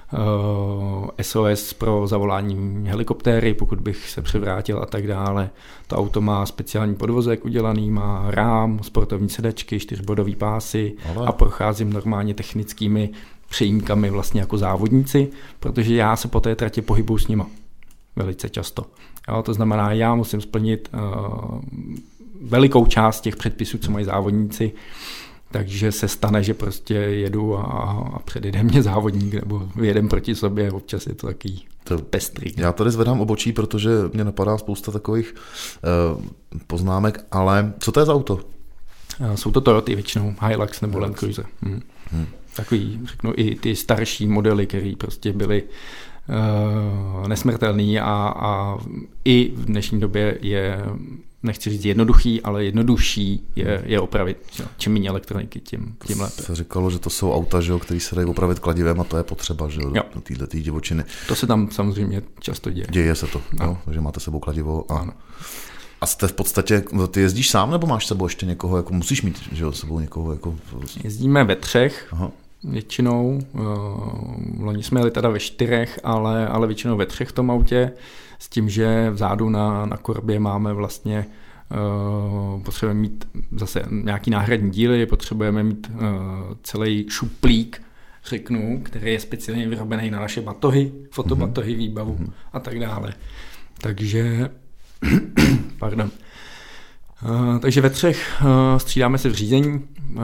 SOS pro zavolání helikoptéry, pokud bych se převrátil a tak dále. To auto má speciální podvozek udělaný, má rám, sportovní sedačky, 4bodový pásy a procházím normálně technickými přejímkami vlastně jako závodníci, protože já se po té tratě pohybuju s nima velice často. Jo, to znamená, já musím splnit velikou část těch předpisů, co mají závodníci, takže se stane, že prostě jedu a předjede mě závodník nebo jedem proti sobě, občas je to takový pestrý. Já tady zvedám obočí, protože mě napadá spousta takových poznámek, ale co to je za auto? Jsou to Toyoty většinou, Hilux nebo Land Cruiser. Takový, řeknu, i ty starší modely, které prostě byly nesmrtelný a i v dnešní době je, nechci říct jednoduchý, ale jednodušší je opravit. Čím méně elektroniky, tím lépe. Se říkalo, že to jsou auta, které se dají opravit kladivem a to je potřeba, že do této divočiny. To se tam samozřejmě často děje. Děje se to, no, takže máte sebou kladivo a jste v podstatě, ty jezdíš sám nebo máš sebou ještě někoho, jako musíš mít, že sebou někoho jako... Jezdíme ve 3. Většinou, loni jsme jeli teda ve 4, ale většinou ve 3 v tom autě, s tím, že vzadu na korbě máme vlastně, potřebujeme mít zase nějaký náhradní díly, potřebujeme mít celý šuplík, řeknu, který je speciálně vyrobený na naše batohy, fotobatohy, výbavu a tak dále. Takže, pardon. Takže ve 3 střídáme se v řízení.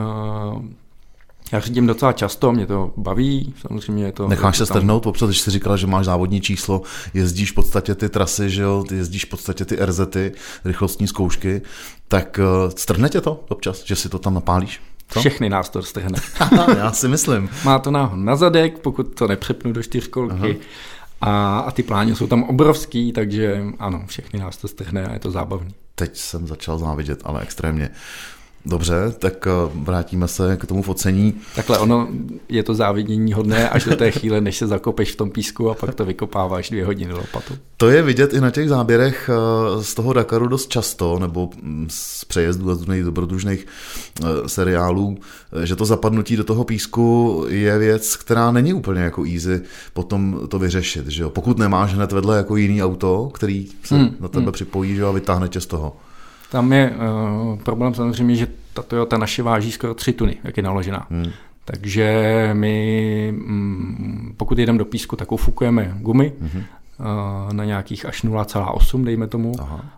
Já řídím docela často, mě to baví, samozřejmě je to... Necháš se strhnout, občas, když jsi říkal, že máš závodní číslo, jezdíš v podstatě ty trasy, že jo, ty jezdíš v podstatě ty RZty, rychlostní zkoušky, tak strhne tě to občas, že si to tam napálíš? Co? Všechny nás to strhne. Já si myslím. Má to náhon na zadek, pokud to nepřepnu do 4kolky. A ty pláně jsou tam obrovský, takže ano, všechny nás to strhne a je to zábavný. Teď jsem začal závidět, ale extrémně. Dobře, tak vrátíme se k tomu focení. Takhle ono je to závidění hodné až do té chvíle, než se zakopeš v tom písku a pak to vykopáváš 2 hodiny lopatou. To je vidět i na těch záběrech z toho Dakaru dost často, nebo z přejezdů a z dobrodružných seriálů, že to zapadnutí do toho písku je věc, která není úplně jako easy potom to vyřešit. Že jo? Pokud nemáš hned vedle jako jiný auto, který se na tebe připojí, že jo, a vytáhne tě z toho. Tam je problém samozřejmě, že ta Toyota naše váží skoro 3 tuny, jak je naložená. Takže my, pokud jedeme do písku, tak ufukujeme gumy na nějakých až 0,8, dejme tomu.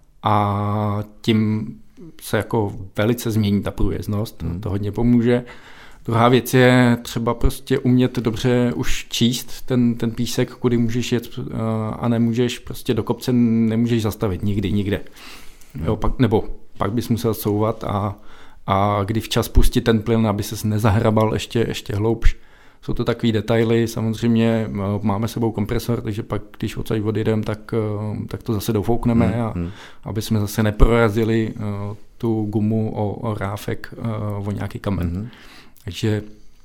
A tím se jako velice změní ta průjezdnost, to hodně pomůže. Druhá věc je třeba prostě umět dobře už číst ten písek, kudy můžeš jet a nemůžeš prostě do kopce nemůžeš zastavit nikde. Jo, pak bys musel couvat a kdy včas pustit ten plyn, aby ses nezahrabal ještě hloubš. Jsou to takový detaily, samozřejmě máme sebou kompresor, takže pak, když odsaď odjedem, tak to zase dofoukneme, aby jsme zase neprorazili tu gumu o ráfek, o nějaký kamen. Takže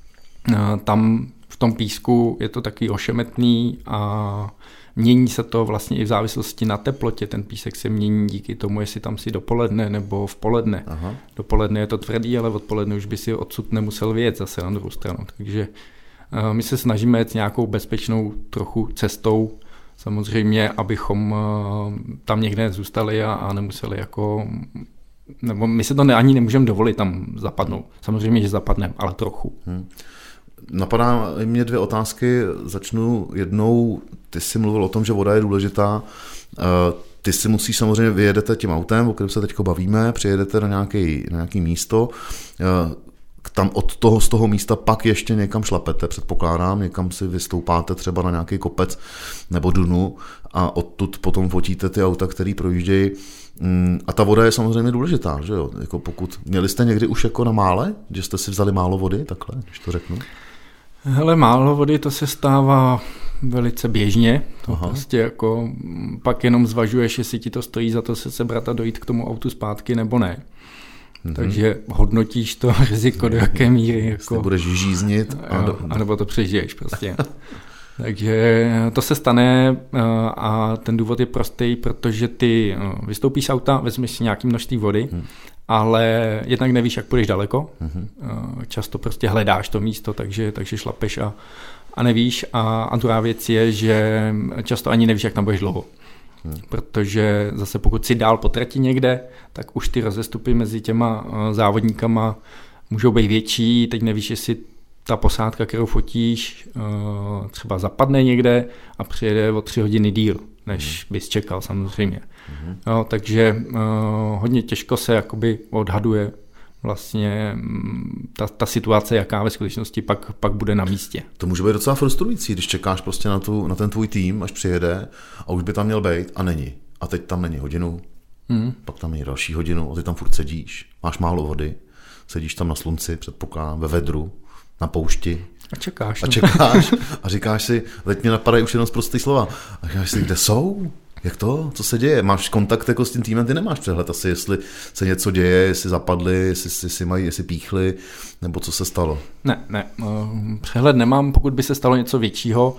tam v tom písku je to takový ošemetný a mění se to vlastně i v závislosti na teplotě. Ten písek se mění díky tomu, jestli tam si dopoledne nebo v poledne. Dopoledne je to tvrdý, ale odpoledne už by si odsud nemusel vyjet zase na druhou stranu. Takže my se snažíme jet nějakou bezpečnou trochu cestou, samozřejmě, abychom tam někde zůstali a nemuseli jako... Nebo my se to ani nemůžeme dovolit tam zapadnout. Samozřejmě, že zapadneme, ale trochu. Napadá mě 2 otázky. Začnu jednou. Ty jsi mluvil o tom, že voda je důležitá. Ty si musíš samozřejmě, vyjedete tím autem, o kterém se teď bavíme, přijedete na nějaké místo, tam z toho místa pak ještě někam šlapete, předpokládám, někam si vystoupáte třeba na nějaký kopec nebo dunu a odtud potom fotíte ty auta, který projíždějí. A ta voda je samozřejmě důležitá, že jo? Jako měli jste někdy už jako na mále, že jste si vzali málo vody, takhle, když to řeknu? Hele, málo vody, to se stává velice běžně. To prostě jako pak jenom zvažuješ, jestli ti to stojí za to se sebrat a dojít k tomu autu zpátky nebo ne. Takže hodnotíš to riziko do jaké míry. Jako... budeš žíznit. A nebo to přežiješ prostě. Takže to se stane a ten důvod je prostý, protože ty vystoupíš z auta, vezmeš si nějaké množství vody, ale jednak nevíš, jak půjdeš daleko. Často prostě hledáš to místo, takže šlapeš a nevíš. A druhá věc je, že často ani nevíš, jak tam budeš dlouho. Protože zase pokud si dál po trati někde, tak už ty rozestupy mezi těma závodníkama můžou být větší. Teď nevíš, jestli ta posádka, kterou fotíš, třeba zapadne někde a přijede o 3 hodiny díl, než bys čekal samozřejmě. No, takže hodně těžko se jakoby odhaduje vlastně ta situace, jaká ve skutečnosti pak bude na místě. To může být docela frustrující, když čekáš prostě na ten tvůj tým, až přijede a už by tam měl být a není. A teď tam není hodinu, pak tam není další hodinu a ty tam furt sedíš, máš málo vody, sedíš tam na slunci, předpokládám, ve vedru, na poušti. A čekáš. A říkáš si, teď mě napadají už jenom z prostý slova. A říkáš si, kde jsou? Jak to? Co se děje? Máš kontakt jako s tím týmem, ty nemáš přehled asi, jestli se něco děje, jestli zapadli, jestli píchli, nebo co se stalo? Ne. Přehled nemám, pokud by se stalo něco většího,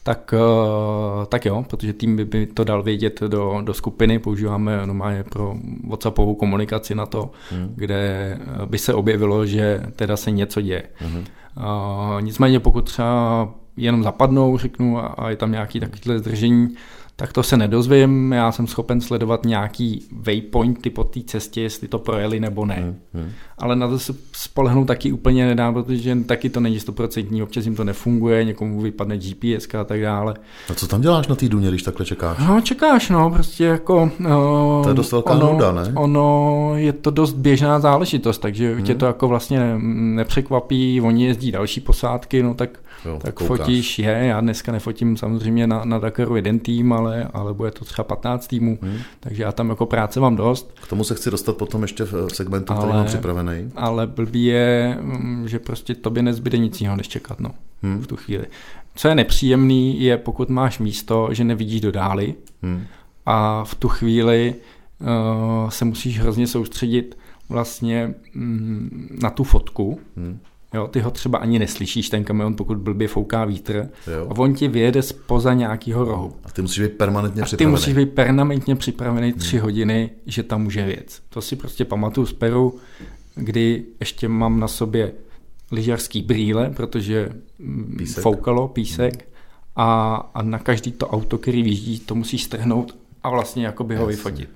tak jo, protože tým by to dal vědět do skupiny, používáme normálně pro WhatsAppovou komunikaci na to, kde by se objevilo, že teda se něco děje. Nicméně pokud třeba jenom zapadnou, řeknu, a je tam nějaký takovýhle zdržení, tak to se nedozvím, já jsem schopen sledovat nějaký waypointy po té cestě, jestli to projeli nebo ne. Ale na to se spolehnout taky úplně nedá, protože taky to není 100%, občas jim to nefunguje, někomu vypadne GPS a tak dále. A co tam děláš na té duně, když takhle čekáš? No čekáš, prostě jako... to je dost velká nuda, ne? Ono je to dost běžná záležitost, takže tě to jako vlastně nepřekvapí, oni jezdí další posádky, no tak fotíš, já dneska nefotím samozřejmě na Dakaru jeden tým, ale bude to třeba 15 týmů, takže já tam jako práce mám dost. K tomu se chci dostat potom ještě v segmentu, který mám připravený. Ale blbý je, že prostě tobě nezbyde nic jiného, než čekat, v tu chvíli. Co je nepříjemný, je pokud máš místo, že nevidíš do dály a v tu chvíli se musíš hrozně soustředit vlastně na tu fotku. Jo, ty ho třeba ani neslyšíš, ten kamion, pokud blbě fouká vítr, a on ti vyjede spoza nějakého rohu. A ty musíš být permanentně připravený. 3 hodiny, že tam může věc. To si prostě pamatuju z Peru, kdy ještě mám na sobě lyžařský brýle, protože foukalo písek a na každý to auto, který vyjíždí, to musíš strhnout a vlastně jakoby ho vyfotit.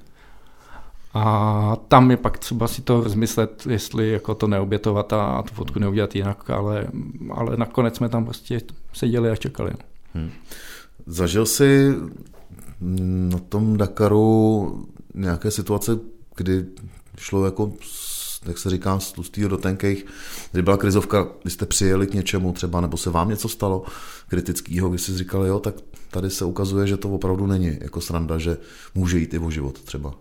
A tam je pak třeba si to rozmyslet, jestli jako to neobětovat a tu fotku neudělat jinak, ale nakonec jsme tam prostě seděli a čekali. Zažil jsi na tom Dakaru nějaké situace, kdy šlo jako, jak se říká, z tlustýho do tenkejch, kdy byla krizovka, kdy jste přijeli k něčemu třeba, nebo se vám něco stalo kritického, kdy jsi říkal, jo, tak tady se ukazuje, že to opravdu není jako sranda, že může jít i o život třeba.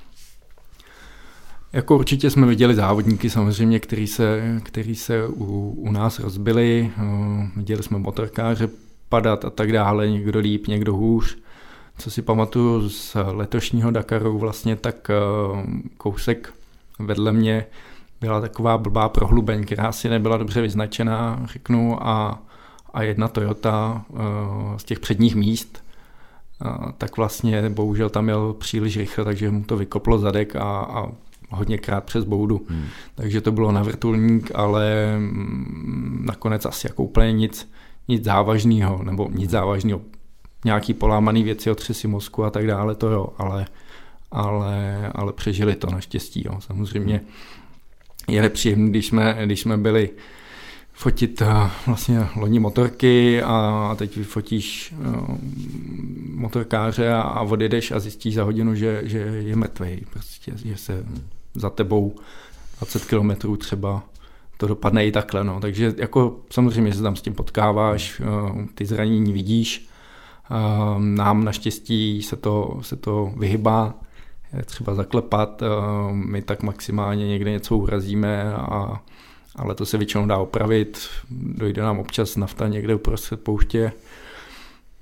Jako určitě jsme viděli závodníky samozřejmě, který se u nás rozbili, viděli jsme motorkáře padat a tak dále, někdo líp, někdo hůř. Co si pamatuju z letošního Dakaru vlastně, tak kousek vedle mě byla taková blbá prohlubeň, která si nebyla dobře vyznačená, řeknu, a jedna Toyota z těch předních míst, tak vlastně bohužel tam jel příliš rychle, takže mu to vykoplo zadek a hodněkrát přes boudu. Takže to bylo na vrtulník, ale nakonec asi jako úplně nic závažného, nebo nic závažného. Nějaký polámaný věci, otřesy mozku a tak dále, to jo, ale přežili to naštěstí. Jo. Samozřejmě je nepříjemné, když jsme byli fotit vlastně loni motorky a teď vyfotíš motorkáře a odjedeš a zjistíš za hodinu, že je mrtvej. Prostě, že se za tebou 20 kilometrů třeba to dopadne i takhle. No. Takže jako samozřejmě se tam s tím potkáváš, ty zranění vidíš. Nám naštěstí se to vyhybá, je třeba zaklepat, my tak maximálně někde něco urazíme, ale to se většinou dá opravit, dojde nám občas nafta někde uprostřed pouště,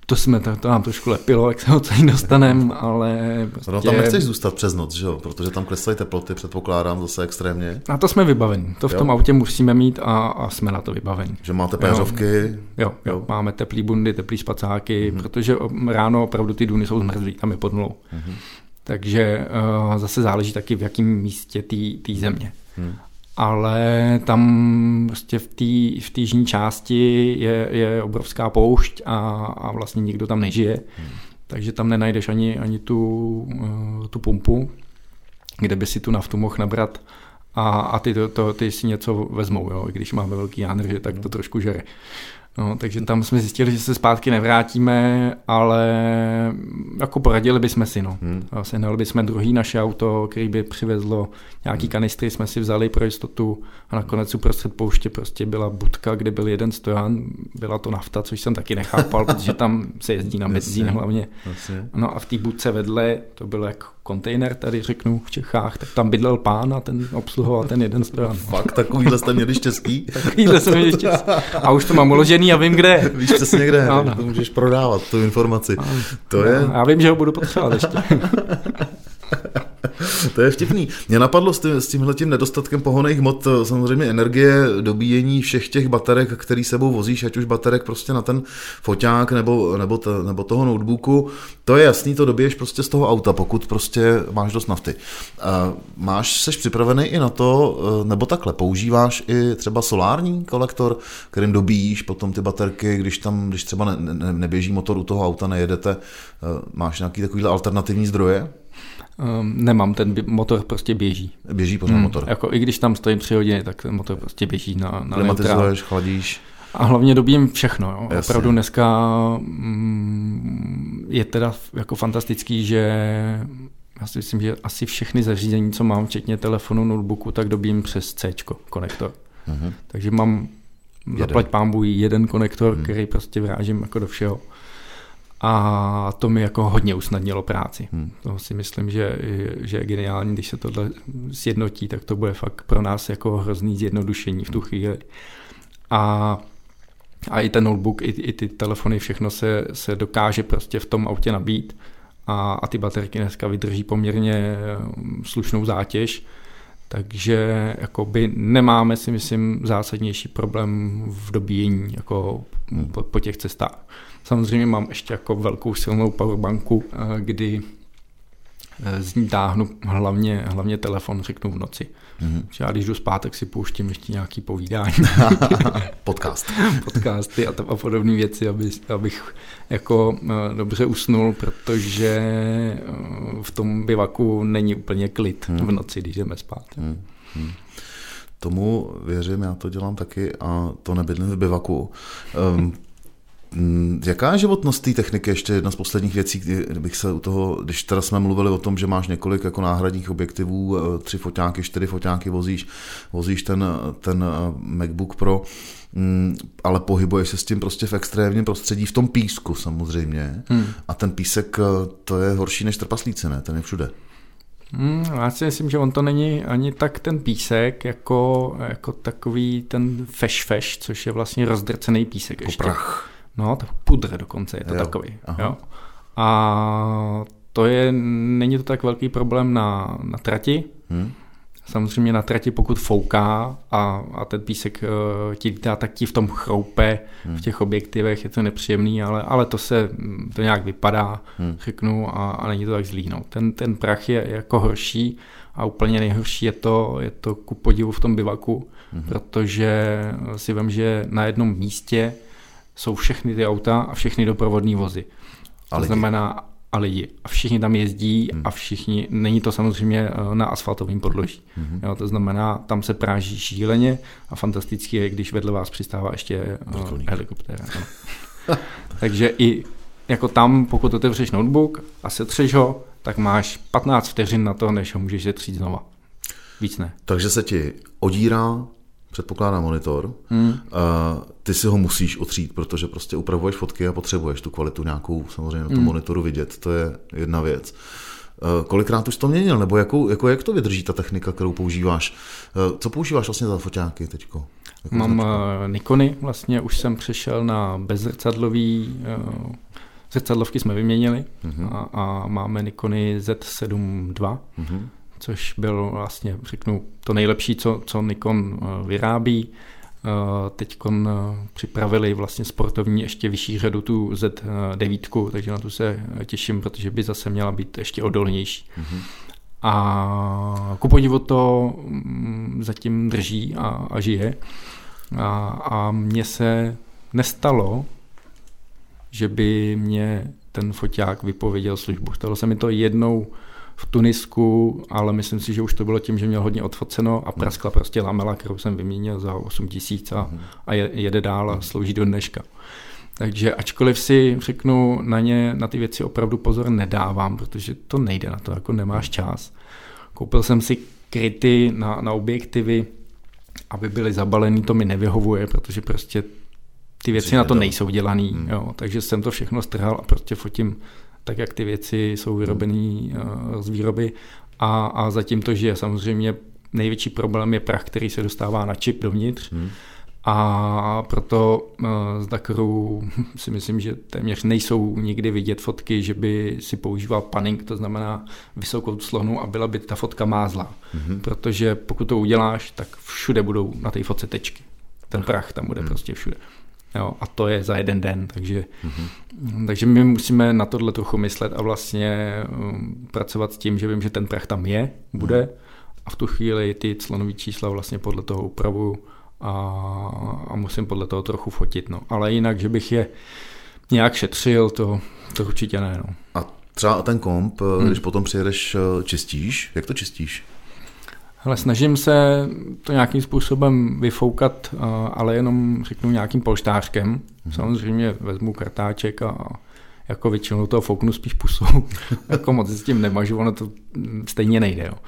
To nám trošku lepilo, jak se ho celý dostaneme, ale prostě... No tam nechceš zůstat přes noc, že jo? Protože tam klesají teploty, předpokládám zase extrémně. Na to jsme vybaveni. To v tom autě musíme mít a jsme na to vybaveni. Že máte péřovky. Jo, máme teplý bundy, teplý spacáky, protože ráno opravdu ty duny jsou zmrzlý, tam je pod nulou. Takže zase záleží taky, v jakém místě té země. Ale tam prostě v té jižní části je obrovská poušť a vlastně nikdo tam nežije. Takže tam nenajdeš ani tu pumpu, kde by si tu naftu mohl nabrat a ty si něco vezmou, jo? I když máme velký jánrže, tak to trošku žere. No, takže tam jsme zjistili, že se zpátky nevrátíme, ale jako poradili bychom si. Sehnali bychom druhý naše auto, který by přivezlo nějaký kanistry, jsme si vzali pro jistotu a nakonec uprostřed pouště prostě byla budka, kde byl jeden stojan, byla to nafta, což jsem taky nechápal, protože tam se jezdí na benzín hlavně. No a v té budce vedle, to byl jak kontejner, tady řeknu v Čechách, tak tam bydlel pán a ten obsluhoval ten jeden stojan. Fakt, takovýhle jste měli štěstí? Takovýhle jsem měli štěstí. A už to mám uložený a vím, kde. Víš přesně kde, to můžeš prodávat, tu informaci. Já vím, že ho budu potřebovat ještě. To je vtipný. Mě napadlo s tímhletím nedostatkem pohonných hmot samozřejmě energie, dobíjení všech těch baterek, který sebou vozíš, ať už baterek prostě na ten foťák nebo toho notebooku. To je jasný, to dobiješ prostě z toho auta, pokud prostě máš dost nafty. Seš připravený i na to, nebo takhle, používáš i třeba solární kolektor, kterým dobíjíš potom ty baterky, když třeba neběží motor u toho auta, nejedete, máš nějaký takovýhle alternativní zdroje? Nemám, ten motor prostě běží. Běží pořád motor. Jako i když tam stojím 3 hodiny, tak ten motor prostě běží na klimatizuješ, chladíš. A hlavně dobím všechno. Jo. Opravdu dneska je teda jako fantastický, že já si myslím, že asi všechny zařízení, co mám, včetně telefonu, notebooku, tak dobím přes C-čko konektor. Takže mám zaplať pánbůh jeden konektor, který prostě vrážím jako do všeho. A to mi jako hodně usnadnilo práci. To si myslím, že je geniální, když se tohle sjednotí, tak to bude fakt pro nás jako hrozný zjednodušení v tu chvíli. A i ten notebook, i ty telefony, všechno se dokáže prostě v tom autě nabít a ty baterky dneska vydrží poměrně slušnou zátěž, takže jakoby nemáme, si myslím, zásadnější problém v dobíjení jako po těch cestách. Samozřejmě mám ještě jako velkou silnou powerbanku, kdy z ní táhnu hlavně telefon, řeknu v noci. Já když jdu spát, tak si pouštím ještě nějaký povídání. Podcasty a podobné věci, abych jako dobře usnul, protože v tom bivaku není úplně klid v noci, když jdeme spát. Tomu věřím, já to dělám taky a to nebydlím v bivaku. Jaká je životnost té techniky? Ještě jedna z posledních věcí, když teda jsme mluvili o tom, že máš několik jako náhradních objektivů, 3 foťáky, 4 foťáky vozíš ten MacBook Pro, ale pohybuješ se s tím prostě v extrémním prostředí, v tom písku samozřejmě. A ten písek, to je horší než trpaslíci, ne? Ten je všude. Já si myslím, že on to není ani tak ten písek, jako takový ten feš, což je vlastně rozdrcený písek. Ještě. Prach. No, to pudr dokonce je to takový. Jo. A není to tak velký problém na trati. Samozřejmě na trati, pokud fouká a ten písek ti vítá, tak ti v tom chroupe v těch objektivech, je to nepříjemný, ale to nějak vypadá, řeknu, a není to tak zlý. No. Ten prach je jako horší a úplně nejhorší je to ku podivu v tom bivaku, protože si vem, že na jednom místě jsou všechny ty auta a všechny doprovodní vozy. To znamená a lidi. A všichni tam jezdí a není to samozřejmě na asfaltovém podloží. Jo, to znamená, tam se práží šíleně a fantasticky je, když vedle vás přistává ještě helikoptéra. Takže i jako tam, pokud otevřeš notebook a setřeš ho, tak máš 15 vteřin na to, než ho můžeš setřít znova. Víc ne. Takže se ti odírá, předpokládá monitor, ty si ho musíš otřít, protože prostě upravuješ fotky a potřebuješ tu kvalitu nějakou samozřejmě na tom monitoru vidět, to je jedna věc. Kolikrát už to měnil, nebo jak to vydrží ta technika, kterou používáš? Co používáš vlastně za foťáky teďko? Mám Nikony, vlastně už jsem přešel na bezzrcadlový Zrcadlovky jsme vyměnili a máme Nikony Z7 II, což byl vlastně, řeknu, to nejlepší, co Nikon vyrábí. Teďkon připravili vlastně sportovní ještě vyšší řadu tu Z9, takže na tu se těším, protože by zase měla být ještě odolnější. A ku podivu to zatím drží a žije. A mně se nestalo, že by mě ten foťák vypověděl službu. Stalo se mi to jednou v Tunisku, ale myslím si, že už to bylo tím, že měl hodně odfoceno a praskla prostě lamela, kterou jsem vyměnil za 8 000 a jede dál a slouží do dneška. Takže ačkoliv si řeknu, na ty věci opravdu pozor nedávám, protože to nejde na to, jako nemáš čas. Koupil jsem si kryty na objektivy, aby byly zabalený, to mi nevyhovuje, protože prostě ty věci na to nejsou dělaný. Jo, takže jsem to všechno strhal a prostě fotím tak, jak ty věci jsou vyrobený z výroby a zatím to žije. Samozřejmě největší problém je prach, který se dostává na čip dovnitř a proto z Dakaru si myslím, že téměř nejsou nikdy vidět fotky, že by si používal panning, to znamená vysokou clonu a byla by ta fotka mázlá. Protože pokud to uděláš, tak všude budou na té fotce tečky. Ten prach tam bude prostě všude. Jo, a to je za jeden den, takže my musíme na tohle trochu myslet a vlastně pracovat s tím, že vím, že ten prach tam bude a v tu chvíli ty clonové čísla vlastně podle toho upravuju a musím podle toho trochu fotit. No. Ale jinak, že bych je nějak šetřil, to určitě ne. No. A třeba ten komp, když potom přijedeš, čistíš? Jak to čistíš? Hele, snažím se to nějakým způsobem vyfoukat, ale jenom řeknu nějakým polštářkem. Samozřejmě vezmu kartáček a jako většinou toho fouknu spíš pusou. Jako moc s tím nemažu, ono to stejně nejde. Jo.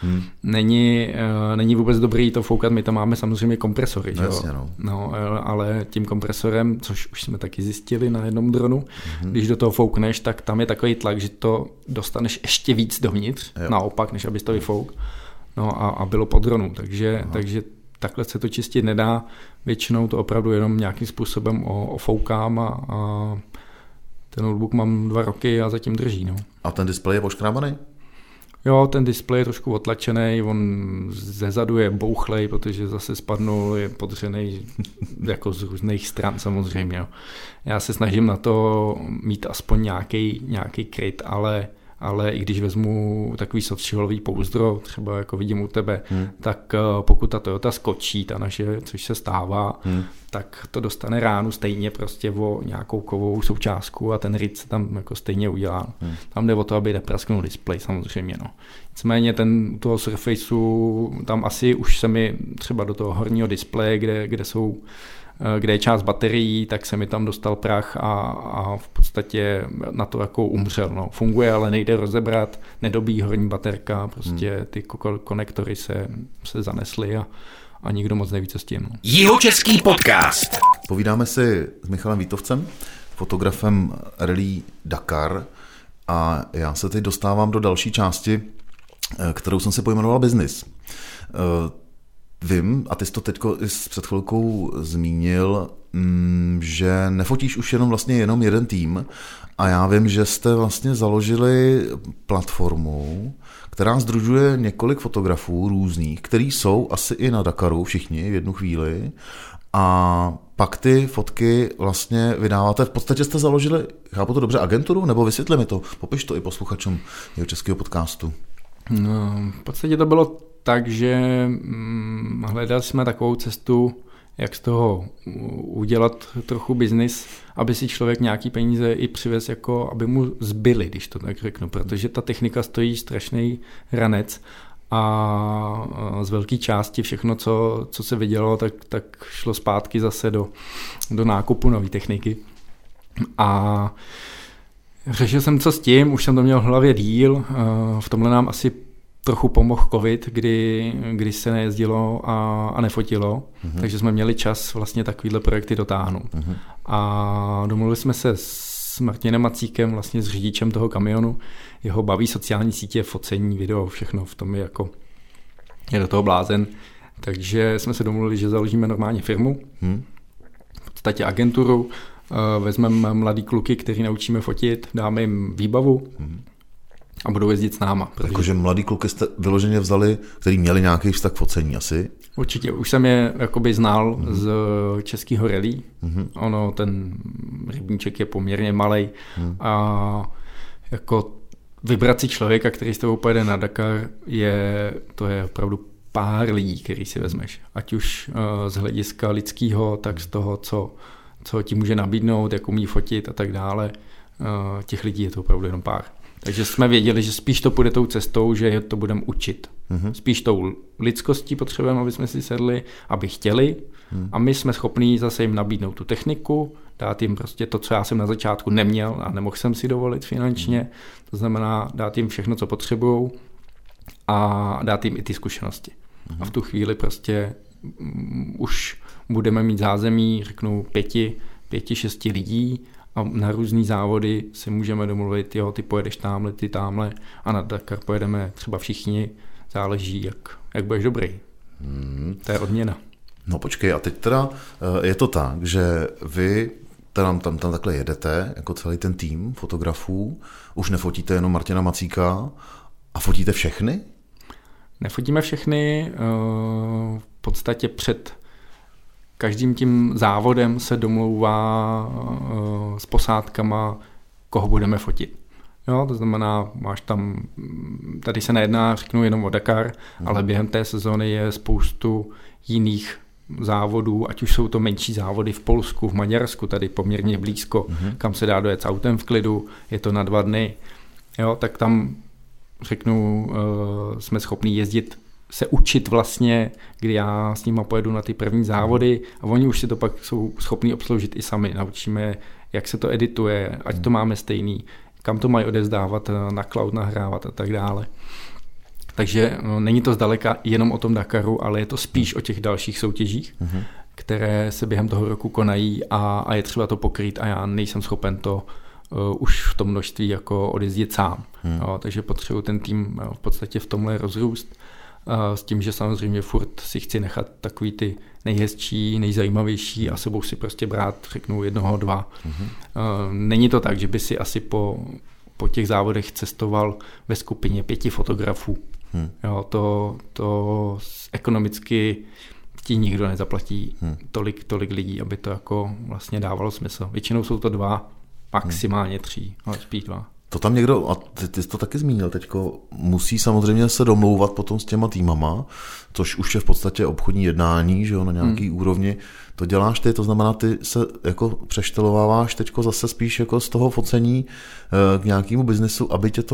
Není vůbec dobrý to foukat, my tam máme samozřejmě kompresory. Jasně, no, ale tím kompresorem, což už jsme taky zjistili na jednom dronu, když do toho foukneš, tak tam je takový tlak, že to dostaneš ještě víc dovnitř, naopak, než abys to vyfouk. No a bylo pod dronu, takže takhle se to čistit nedá. Většinou to opravdu jenom nějakým způsobem ofoukám a ten notebook mám 2 roky a zatím drží. No. A ten displej je poškrábaný? Jo, ten displej je trošku otlačený, on zezadu je bouchlej, protože zase spadnul, je podřený jako z různých stran samozřejmě. Jo. Já se snažím na to mít aspoň nějaký kryt, ale i když vezmu takový softshellový pouzdro, třeba jako vidím u tebe, tak pokud ta Toyota skočí, ta naše, což se stává, tak to dostane ránu stejně prostě o nějakou kovovou součástku a ten ryd se tam jako stejně udělá. Tam jde o to, aby neprasknul displej samozřejmě. No. Nicméně u toho Surfaceu, tam asi už se mi třeba do toho horního displeje, kde je část baterií, tak se mi tam dostal prach a v podstatě na to jako umřel. No. Funguje, ale nejde rozebrat, nedobí horní baterka, prostě ty konektory se zanesly a nikdo moc neví, co s tím. No. Jihočeský podcast. Povídáme si s Michalem Vítovcem, fotografem Rally Dakar a já se teď dostávám do další části, kterou jsem si pojmenoval business. Vím, a ty jsi to teďko před chvilkou zmínil, že nefotíš už jenom jeden tým a já vím, že jste vlastně založili platformu, která sdružuje několik fotografů různých, který jsou asi i na Dakaru všichni v jednu chvíli a pak ty fotky vlastně vydáváte. V podstatě jste založili, chápu to dobře, agenturu, nebo vysvětli mi to, popiš to i posluchačům Jihočeského podcastu. No, v podstatě to bylo tak, že hledali jsme takovou cestu, jak z toho udělat trochu biznis, aby si člověk nějaký peníze i přivez, jako aby mu zbyly, když to tak řeknu, protože ta technika stojí strašný ranec a z velké části všechno, co se vydělalo, tak šlo zpátky zase do nákupu nové techniky. A řešil jsem, co s tím, už jsem to měl v hlavě díl, v tomhle nám asi trochu pomohl covid, kdy se nejezdilo a nefotilo, takže jsme měli čas vlastně takovýhle projekty dotáhnout. A domluvili jsme se s Martinem Macíkem, vlastně s řidičem toho kamionu, jeho baví sociální sítě, focení, video, všechno v tom je do toho blázen, takže jsme se domluvili, že založíme normálně firmu, v podstatě agenturu, vezmeme mladý kluky, který naučíme fotit, dáme jim výbavu a budou jezdit s náma. Takže mladý kluky jste vyloženě vzali, který měli nějaký vztah k focení asi? Určitě, už jsem je jakoby znal z českého rally. Ono, ten rybníček je poměrně malej a jako vybrat si člověka, který s tebou pojede na Dakar, to je opravdu pár lidí, který si vezmeš. Ať už z hlediska lidského, tak z toho, co ti může nabídnout, jak umí fotit a tak dále. Těch lidí je to opravdu jenom pár. Takže jsme věděli, že spíš to půjde tou cestou, že to budeme učit. Spíš tou lidskostí potřebujeme, aby jsme si sedli, aby chtěli. A my jsme schopní zase jim nabídnout tu techniku, dát jim prostě to, co já jsem na začátku neměl a nemohl jsem si dovolit finančně. To znamená dát jim všechno, co potřebujou a dát jim i ty zkušenosti. A v tu chvíli prostě už budeme mít zázemí, řeknu 5-6 lidí a na různý závody si můžeme domluvit, jo, ty pojedeš tamhle, ty tamhle a na Dakar pojedeme třeba všichni, záleží, jak budeš dobrý. To je odměna. No počkej, a teď teda je to tak, že vy tam takhle jedete, jako celý ten tým fotografů, už nefotíte jenom Martina Macíka a fotíte všechny? Nefotíme všechny, v podstatě před každým tím závodem se domlouvá s posádkama, koho budeme fotit. Jo, to znamená, tady se nejedná, řeknu, jenom o Dakar, ale během té sezóny je spoustu jiných závodů, ať už jsou to menší závody v Polsku, v Maďarsku, tady poměrně blízko, kam se dá dojet s autem v klidu, je to na 2 dny. Jo, tak tam, řeknu, jsme schopní jezdit, se učit vlastně, kdy já s nima pojedu na ty první závody a oni už si to pak jsou schopní obsloužit i sami. Naučíme, jak se to edituje, ať to máme stejný, kam to mají odevzdávat, na cloud nahrávat a tak dále. Takže není to zdaleka jenom o tom Dakaru, ale je to spíš o těch dalších soutěžích, které se během toho roku konají a je třeba to pokrýt a já nejsem schopen to už v tom množství jako odjezdit sám. Jo, takže potřebuji ten tým v podstatě v tomhle rozrůst. S tím, že samozřejmě furt si chci nechat takový ty nejhezčí, nejzajímavější a sebou si prostě brát, řeknu, 1, 2. Není to tak, že by si asi po těch závodech cestoval ve skupině 5 fotografů. Jo, to ekonomicky ti nikdo nezaplatí tolik lidí, aby to jako vlastně dávalo smysl. Většinou jsou to 2, maximálně 3, ale spíš 2. To tam někdo, a ty jsi to taky zmínil teďko, musí samozřejmě se domlouvat potom s těma týmama, což už je v podstatě obchodní jednání, že jo, na nějaký úrovni. To děláš ty, to znamená, ty se jako přeštelováváš teďko zase spíš jako z toho focení k nějakému biznesu, aby tě to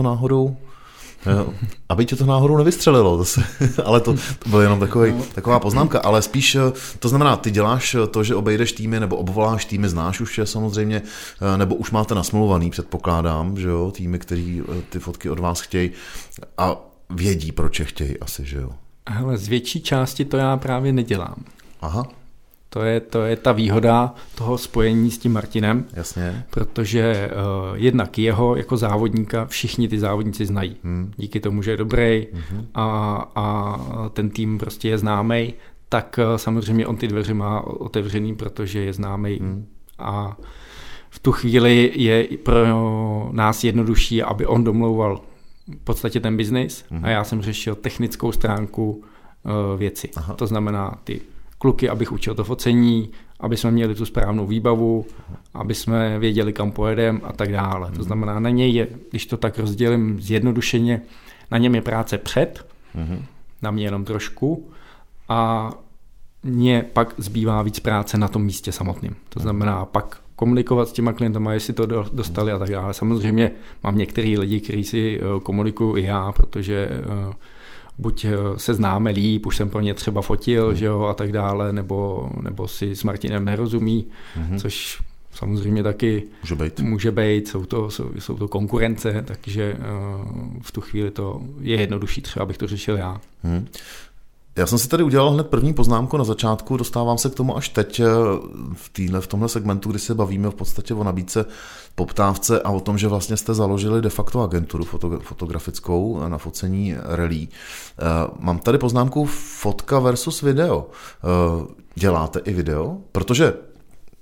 náhodou nevystřelilo zase. Ale to bylo jenom taková poznámka, ale spíš to znamená, ty děláš to, že obejdeš týmy nebo obvoláš týmy, znáš už je samozřejmě, nebo už máte nasmluvaný, předpokládám, že jo, týmy, který ty fotky od vás chtějí a vědí, proč je chtějí asi, že jo. Hele, z větší části to já právě nedělám. Aha. To je ta výhoda toho spojení s tím Martinem. Jasně. Protože jednak jeho jako závodníka všichni ty závodníci znají. Díky tomu, že je dobrý a ten tým prostě je známej, tak samozřejmě on ty dveře má otevřený, protože je známej. A v tu chvíli je pro nás jednodušší, aby on domlouval v podstatě ten biznis a já jsem řešil technickou stránku věci. Aha. To znamená ty kluky, abych učil to focení, aby jsme měli tu správnou výbavu, aby jsme věděli, kam pojedeme a tak dále. To znamená, na něj je, když to tak rozdělím zjednodušeně, na něm je práce před, na mě jenom trošku a mně pak zbývá víc práce na tom místě samotným. To znamená pak komunikovat s těma klientama, jestli to dostali a tak dále. Samozřejmě mám některý lidi, kteří si komunikuju i já, protože buď se známe líp, už jsem pro ně třeba fotil, že jo, a tak dále, nebo si s Martinem nerozumí, což samozřejmě taky může být, jsou to konkurence, takže v tu chvíli to je jednodušší, třeba abych to řešil já. Já jsem si tady udělal hned první poznámku na začátku, dostávám se k tomu až teď v tomhle segmentu, kdy se bavíme v podstatě o nabídce, poptávce a o tom, že vlastně jste založili de facto agenturu fotografickou na focení rally. Mám tady poznámku fotka versus video. Děláte i video? Protože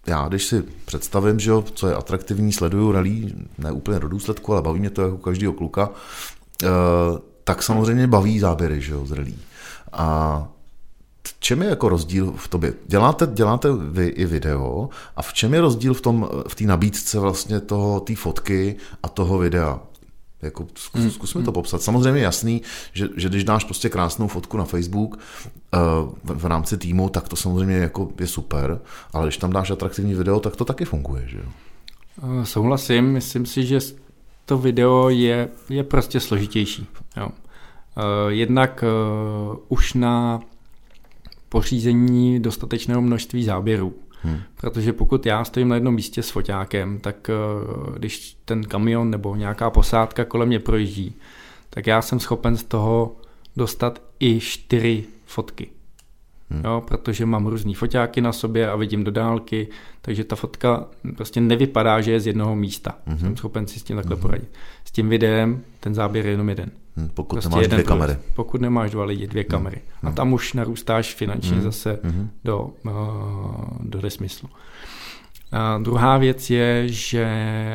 já když si představím, že jo, co je atraktivní, sleduju rally, ne úplně do důsledku, ale baví mě to jako každýho kluka, tak samozřejmě baví záběry, že jo, z rally. A v čem je jako rozdíl v tobě? Děláte vy i video a v čem je rozdíl v té nabídce vlastně té fotky a toho videa? Jako, zkusme to popsat. Samozřejmě je jasný, že když dáš prostě krásnou fotku na Facebook v rámci týmu, tak to samozřejmě jako je super, ale když tam dáš atraktivní video, tak to taky funguje, že jo? Souhlasím, myslím si, že to video je prostě složitější. Jo. Jednak už na pořízení dostatečného množství záběrů. Protože pokud já stojím na jednom místě s foťákem, tak když ten kamion nebo nějaká posádka kolem mě projíždí, tak já jsem schopen z toho dostat i 4 fotky. Jo, protože mám různý foťáky na sobě a vidím do dálky, takže ta fotka prostě nevypadá, že je z jednoho místa. Jsem schopen si s tím takhle poradit. S tím videem ten záběr je jenom jeden. Pokud prostě nemáš 2 kamery. Pokud nemáš 2 lidi, 2 kamery. A tam už narůstáš finančně zase do nesmyslu. A druhá věc je, že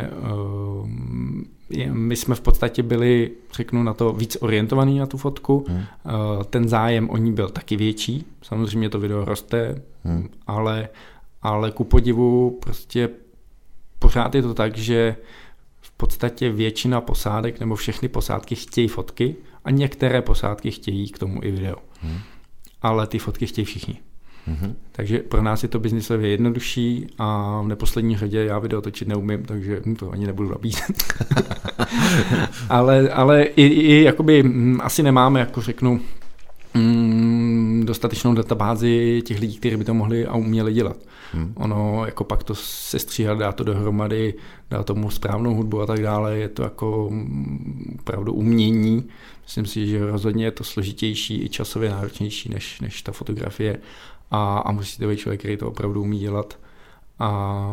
my jsme v podstatě byli, řeknu na to, víc orientovaný na tu fotku. Ten zájem o ní byl taky větší. Samozřejmě to video roste, ale ku podivu prostě pořád je to tak, že v podstatě většina posádek nebo všechny posádky chtějí fotky a některé posádky chtějí k tomu i video. Ale ty fotky chtějí všichni. Takže pro nás je to biznisově jednodušší a v neposlední řadě já video točit neumím, takže to ani nebudu nabízet. ale i jakoby asi nemáme, jako řeknu, dostatečnou databázi těch lidí, kteří by to mohli a uměli dělat. Ono jako pak to sestříhat, dá to dohromady, dá tomu správnou hudbu a tak dále, je to jako opravdu umění. Myslím si, že rozhodně je to složitější i časově náročnější než ta fotografie a musíte být člověk, který to opravdu umí dělat a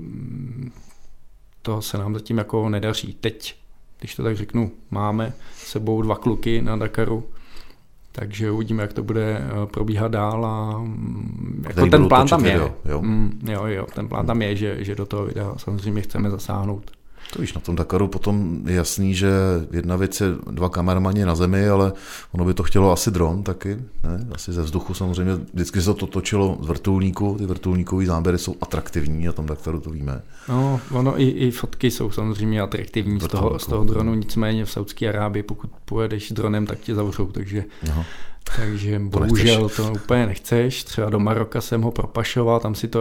to se nám zatím jako nedaří. Teď, když to tak řeknu, máme s sebou 2 kluky na Dakaru, takže uvidíme, jak to bude probíhat dál a jako ten plán tam je. Jo, ten plán tam je, že do toho videa samozřejmě chceme zasáhnout. To víš, na tom Dakaru potom je jasný, že jedna věc je 2 kameramani na zemi, ale ono by to chtělo asi dron taky, ne? Asi ze vzduchu samozřejmě. Vždycky se to točilo z vrtulníku, ty vrtulníkové záběry jsou atraktivní, na tom Dakaru to víme. No, ono i fotky jsou samozřejmě atraktivní z toho dronu, nicméně v Saudské Arábii, pokud pojedeš s dronem, tak tě zavřou, takže bohužel to úplně nechceš. Třeba do Maroka jsem ho propašoval, tam si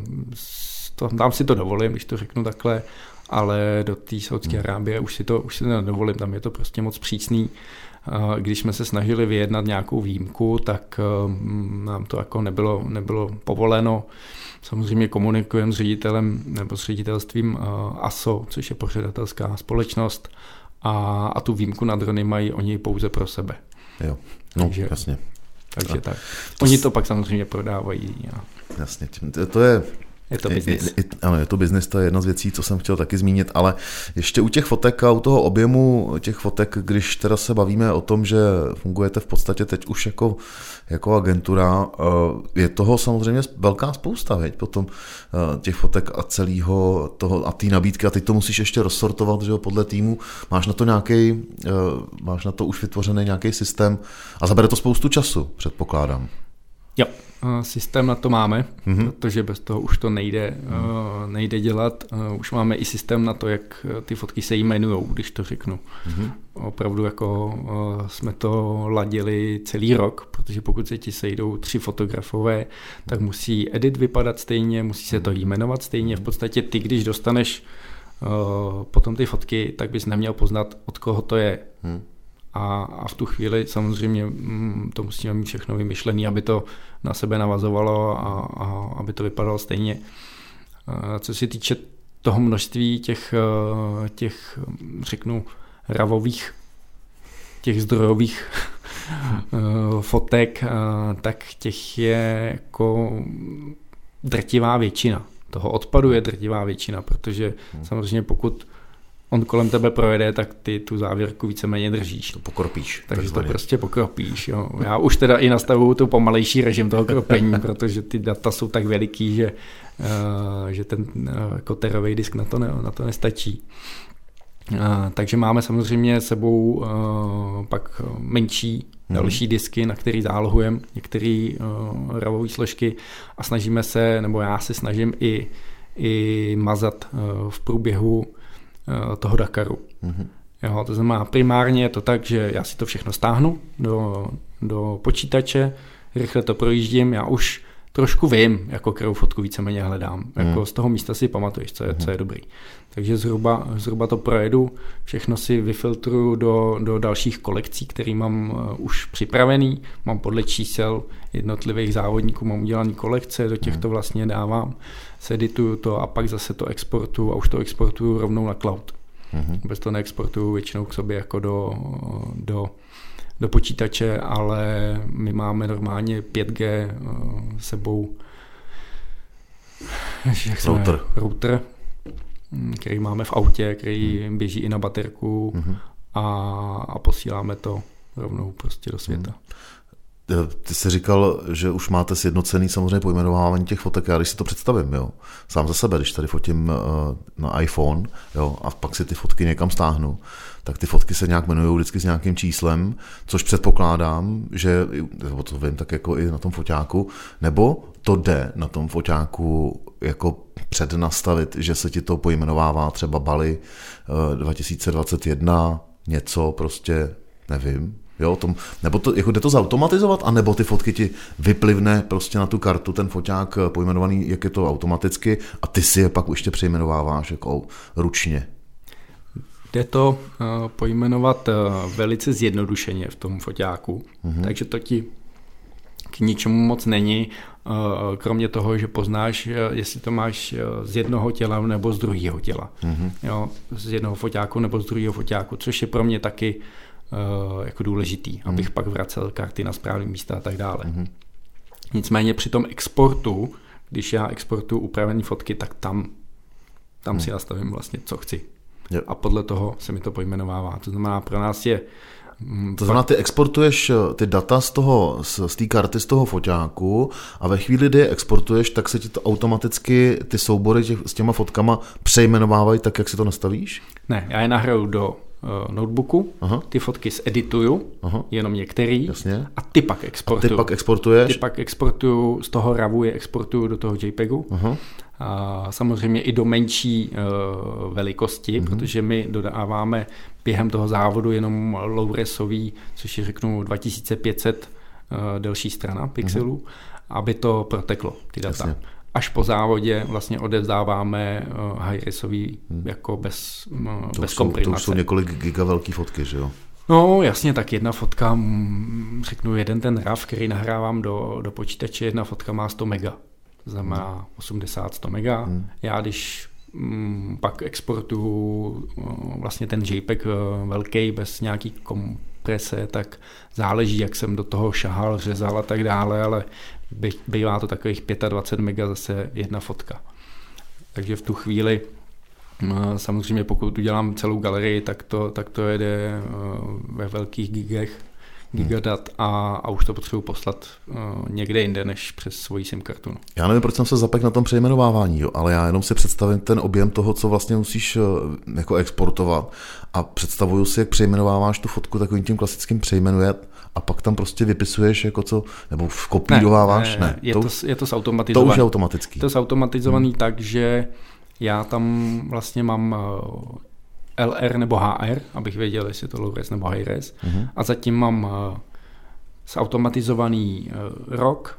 to dovolím, když to řeknu takhle, ale do té Saudské Arábie už si to nedovolím, tam je to prostě moc přísný. Když jsme se snažili vyjednat nějakou výjimku, tak nám to jako nebylo povoleno. Samozřejmě komunikujeme s ředitelem nebo s ředitelstvím ASO, což je pořadatelská společnost a tu výjimku na drony mají oni pouze pro sebe. Jo, no jasně. Takže tak. Oni to pak samozřejmě prodávají. Jasně, to je... Je to biznis. Ano, je to biznis, to je jedna z věcí, co jsem chtěl taky zmínit, ale ještě u těch fotek a u toho objemu těch fotek, když teda se bavíme o tom, že fungujete v podstatě teď už jako agentura, je toho samozřejmě velká spousta, veď, potom těch fotek a celého toho a té nabídky a teď to musíš ještě rozsortovat, že jo, podle týmu. Máš na to už vytvořený nějaký systém a zabere to spoustu času, předpokládám. Jo, systém na to máme, protože bez toho už to nejde dělat. Už máme i systém na to, jak ty fotky se jmenujou, když to řeknu. Opravdu jako jsme to ladili celý rok, protože pokud se ti sejdou 3 fotografové, tak musí edit vypadat stejně, musí se to jmenovat stejně. V podstatě ty, když dostaneš potom ty fotky, tak bys neměl poznat, od koho to je. A v tu chvíli samozřejmě to musíme mít všechno vymyšlené, aby to na sebe navazovalo a aby to vypadalo stejně. Co se týče toho množství těch řeknu, ravových, těch zdrojových fotek, tak těch je jako drtivá většina. Toho odpadu je drtivá většina, protože samozřejmě pokud on kolem tebe projede, tak ty tu závěrku víceméně držíš. To pokropíš. Takže to prostě pokropíš. Jo. Já už teda i nastavuju tu pomalejší režim toho kropení, protože ty data jsou tak veliký, že ten koterový disk na to nestačí. Takže máme samozřejmě sebou pak menší další disky, na který zálohujeme některé RAWové složky a snažíme se, nebo já se snažím i mazat v průběhu toho Dakaru. Jo, to znamená, primárně je to tak, že já si to všechno stáhnu do počítače, rychle to projíždím, já už trošku vím, jako kterou fotku víceméně hledám. Jako z toho místa si pamatuješ, co je dobrý. Takže zhruba to projedu, všechno si vyfiltruju do dalších kolekcí, které mám už připravený. Mám podle čísel jednotlivých závodníků, mám udělaný kolekce, do těch to vlastně dávám, sedituju to a pak zase to exportuju a už to exportuju rovnou na cloud. Vůbec to neexportuju většinou k sobě jako do počítače, ale my máme normálně 5G sebou router, který máme v autě, který běží i na baterku a posíláme to rovnou prostě do světa. Ty jsi říkal, že už máte sjednocený samozřejmě pojmenovávání těch fotek. Já když si to představím, jo, sám za sebe, když tady fotím na iPhone, jo, a pak si ty fotky někam stáhnu, tak ty fotky se nějak jmenují vždycky s nějakým číslem, což předpokládám, že, nebo to vím, tak jako i na tom foťáku, nebo to jde na tom foťáku jako přednastavit, že se ti to pojmenovává třeba Bali 2021, něco prostě, nevím. Jo, nebo to, jako jde to zautomatizovat, anebo ty fotky ti vyplivne prostě na tu kartu ten foťák pojmenovaný, jak je to automaticky a ty si je pak ještě přejmenováváš jako ručně. Jde to pojmenovat velice zjednodušeně v tom foťáku, takže to ti k ničemu moc není, kromě toho, že poznáš, jestli to máš z jednoho těla nebo z druhého těla. Jo, z jednoho foťáku nebo z druhého foťáku, což je pro mě taky jako důležitý, abych pak vracel karty na správné místa a tak dále. Nicméně při tom exportu, když já exportuju upravené fotky, tak tam si nastavím vlastně, co chci. A podle toho se mi to pojmenovává. To znamená, pro nás je... To znamená, ty exportuješ ty data z té karty, z toho foťáku a ve chvíli, kdy je exportuješ, tak se ti to automaticky ty soubory s těma fotkama přejmenovávají tak, jak si to nastavíš? Ne, já je nahraju do notebooku, ty fotky zedituju, jenom některý, jasně. A ty pak exportuju. A ty pak exportuješ? Ty pak exportuju, z toho RAWu je exportuju do toho JPEGu. A samozřejmě i do menší velikosti, protože my dodáváme během toho závodu jenom low-resový, což je řeknu 2500 delší strana pixelů, aby to proteklo, ty data. Jasně. Až po závodě vlastně odevzdáváme high-resový jako bez komprimace. To už jsou několik giga velký fotky, že jo? No jasně, tak jedna fotka, řeknu jeden ten RAW, který nahrávám do počítače, jedna fotka má 100 mega. To znamená 80-100 mega. Já když pak exportuju vlastně ten JPEG velký bez nějaký komprese, tak záleží, jak jsem do toho šahal, řezal a tak dále, ale bývá to takových 25 mega zase jedna fotka. Takže v tu chvíli samozřejmě pokud udělám celou galerii, tak to jede ve velkých gigadat a už to potřebuji poslat někde jinde než přes svoji SIM kartu. No. Já nevím, proč jsem se zapek na tom přejmenovávání, jo, ale já jenom si představím ten objem toho, co vlastně musíš jako exportovat a představuju si, jak přejmenováváš tu fotku takovým tím klasickým přejmenujat a pak tam prostě vypisuješ jako co, nebo kopírováváš? Ne. Je to zautomatizovaný. To už je automatický. To je zautomatizovaný tak, že já tam vlastně mám LR nebo HR, abych věděl, jestli je to low res nebo high res. A zatím mám zautomatizovaný rok,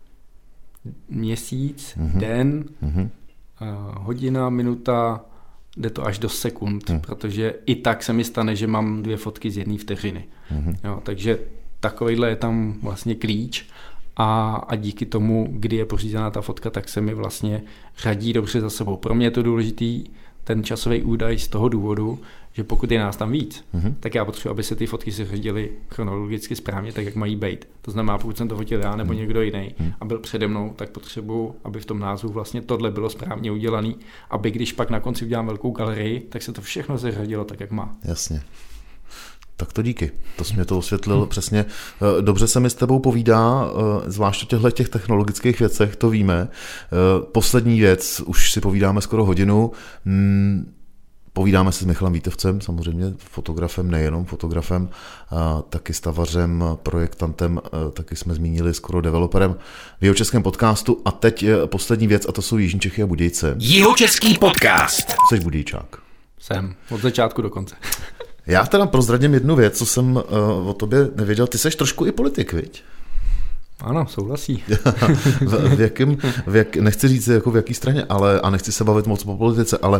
měsíc, den, hodina, minuta, jde to až do sekund, protože i tak se mi stane, že mám 2 fotky z 1 vteřiny. Jo, takže takovýhle je tam vlastně klíč a díky tomu, kdy je pořízená ta fotka, tak se mi vlastně řadí dobře za sebou. Pro mě je to důležitý ten časový údaj z toho důvodu, že pokud je nás tam víc, tak já potřebuji, aby se ty fotky seřadily chronologicky správně, tak jak mají být. To znamená, pokud jsem to fotil já nebo někdo jiný a byl přede mnou, tak potřebuji, aby v tom názvu vlastně tohle bylo správně udělané, aby když pak na konci udělám velkou galerii, tak se to všechno seřadilo tak, jak má. Jasně. Tak to díky, to jsi mě to osvětlil přesně. Dobře se mi s tebou povídá, zvlášť o těch technologických věcech, to víme. Poslední věc, už si povídáme skoro hodinu, povídáme se s Michalem Vítovcem, samozřejmě fotografem, nejenom fotografem, taky stavařem, projektantem, taky jsme zmínili skoro developerem v Jihočeském podcastu. A teď poslední věc, a to jsou Jižní Čechy a Budějce. Jihočeský podcast. Jsi Budějčák? Jsem, od začátku do konce. Já teda prozradím jednu věc, co jsem o tobě nevěděl. Ty seš trošku i politik, viď? Ano, souhlasí. Nechci říct, jako v jaký straně, a nechci se bavit moc o politice, ale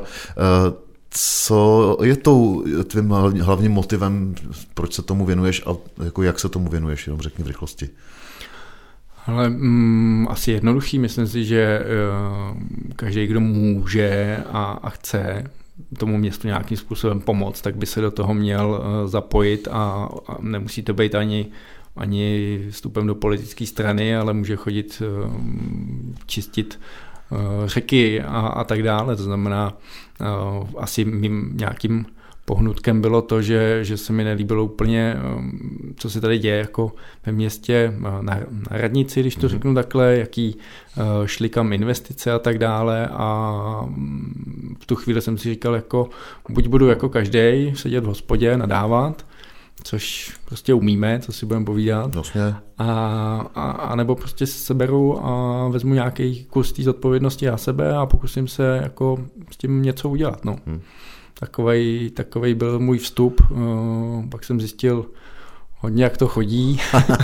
co je tvým hlavním motivem, proč se tomu věnuješ a jako jak se tomu věnuješ, jenom řekni v rychlosti. Ale asi jednoduchý, myslím si, že každý, kdo může a chce tomu městu nějakým způsobem pomoct, tak by se do toho měl zapojit a nemusí to být ani vstupem do politické strany, ale může chodit čistit řeky a tak dále. To znamená, asi mým nějakým pohnutkem bylo to, že se mi nelíbilo úplně, co se tady děje jako ve městě na radnici, když to řeknu takhle, jaký šly kam investice a tak dále, a v tu chvíli jsem si říkal, jako buď budu jako každej sedět v hospodě, nadávat, což prostě umíme, co si budeme povídat. Vlastně. A nebo prostě seberu a vezmu nějaký kus té zodpovědnosti na sebe a pokusím se jako s tím něco udělat. No. Takovej byl můj vstup. Pak jsem zjistil hodně, jak to chodí.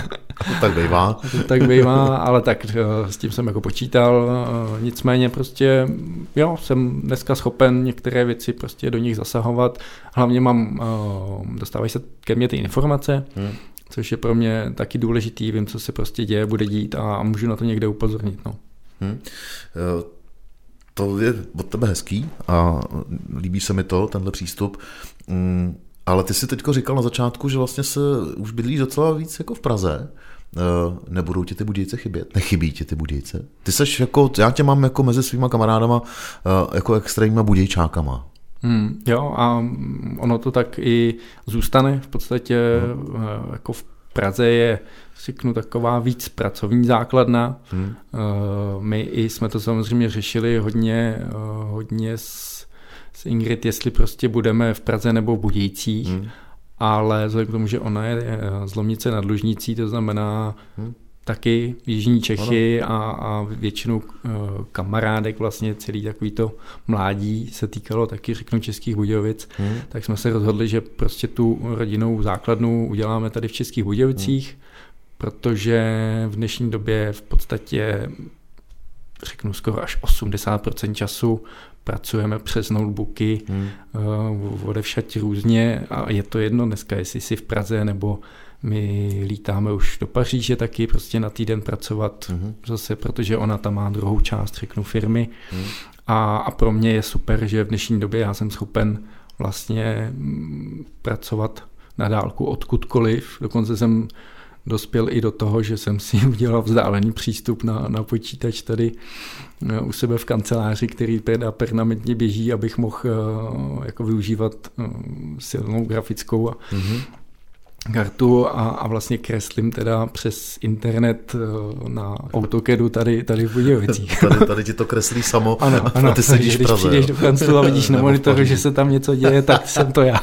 tak bývá. Ale tak s tím jsem jako počítal. Nicméně prostě, jo, jsem dneska schopen některé věci prostě do nich zasahovat. Hlavně dostávají se ke mně ty informace, což je pro mě taky důležitý. Vím, co se prostě děje, bude dít a můžu na to někde upozornit. No. To je od tebe hezký a líbí se mi tenhle přístup. Ale ty jsi teďko říkal na začátku, že vlastně se už bydlíš docela víc jako v Praze. Nebudou ti ty Budějce chybět? Nechybí ti ty Budějce? Ty seš jako, já tě mám jako mezi svýma kamarádama jako extrémníma Budějčákama. Jo, a ono to tak i zůstane v podstatě jako v Praze je, řeknu, taková víc pracovní základna. My i jsme to samozřejmě řešili hodně s Ingrid, jestli prostě budeme v Praze nebo v Budějcích, ale vzhledem k tomu, že ona je z Lomnice nad Lužnicí, to znamená taky Jižní Čechy a většinu kamarádek, vlastně celý takovýto mládí se týkalo taky, řeknu, Českých Budějovic, tak jsme se rozhodli, že prostě tu rodinnou základnu uděláme tady v Českých Budějovicích, protože v dnešní době v podstatě, řeknu, skoro až 80% času pracujeme přes notebooky, odevšať různě a je to jedno dneska, jestli jsi v Praze nebo my lítáme už do Paříže taky prostě na týden pracovat zase, protože ona tam má druhou část, řeknu, firmy. A pro mě je super, že v dnešní době já jsem schopen vlastně pracovat na dálku odkudkoliv. Dokonce jsem dospěl i do toho, že jsem si udělal vzdálený přístup na počítač tady u sebe v kanceláři, který permanentně běží, abych mohl jako využívat silnou grafickou kartu a vlastně kreslím teda přes internet na AutoCADu tady v Budějovicích. Tady ti to kreslí samo. Ano, a ty sedíš když přijdeš do kanclu a vidíš na monitoru, že se tam něco děje, tak jsem to já.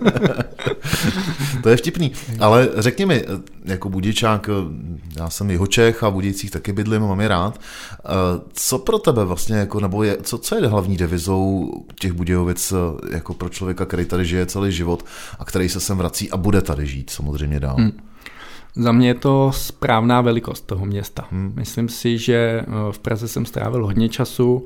To je vtipný, ale řekni mi, jako Budějčák, já jsem Jihočech a v Budějcích taky bydlím, mám je rád. Co pro tebe vlastně, jako, nebo co je hlavní devizou těch Budějovic jako pro člověka, který tady žije celý život a který se sem vrací a bude tady žít samozřejmě dál? Za mě je to správná velikost toho města. Myslím si, že v Praze jsem strávil hodně času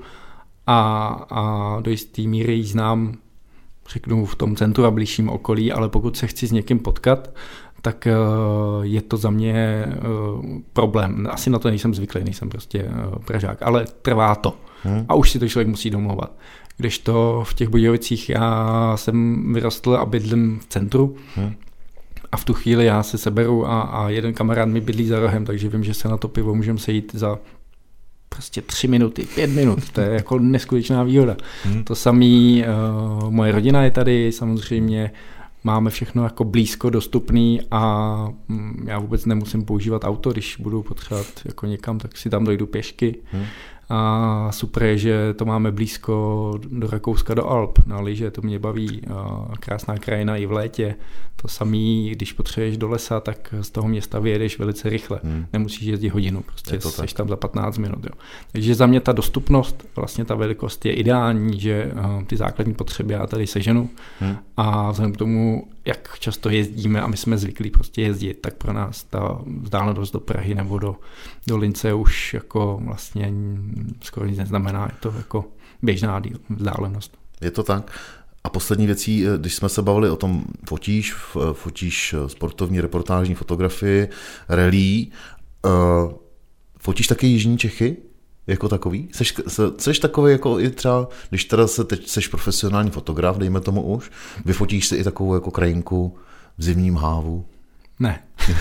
a do jisté míry ji znám, řeknu, v tom centru a blížším okolí, ale pokud se chci s někým potkat, tak je to za mě problém. Asi na to nejsem zvyklý, nejsem prostě Pražák, ale trvá to. A už si to člověk musí domlouvat. Kdežto v těch Budějovicích já jsem vyrostl a bydlím v centru. A v tu chvíli já se seberu a jeden kamarád mi bydlí za rohem, takže vím, že se na to pivo můžeme sejít za prostě 3 minuty, 5 minut. To je jako neskutečná výhoda. To samý, moje rodina je tady, samozřejmě máme všechno jako blízko dostupný a já vůbec nemusím používat auto, když budu potřebovat jako někam, tak si tam dojdu pěšky. A super je, že to máme blízko do Rakouska, do Alp, na lyže, to mě baví, krásná krajina i v létě. To samý, když potřebuješ do lesa, tak z toho města vyjedeš velice rychle. Nemusíš jezdit hodinu, prostě jsi tam za 15 minut. Jo. Takže za mě ta dostupnost, vlastně ta velikost je ideální, že ty základní potřeby já tady seženu a vzhledem k tomu, jak často jezdíme a my jsme zvyklí prostě jezdit, tak pro nás ta vzdálenost do Prahy nebo do Lince už jako vlastně skoro nic neznamená, je to jako běžná vzdálenost. Je to tak. A poslední věcí, když jsme se bavili o tom, fotíš sportovní reportážní fotografii, rally, fotíš taky jižní Čechy jako takový? Seš takový jako i třeba, když teda teď seš profesionální fotograf, dejme tomu už, vyfotíš si i takovou jako krajinku v zimním hávu? Ne.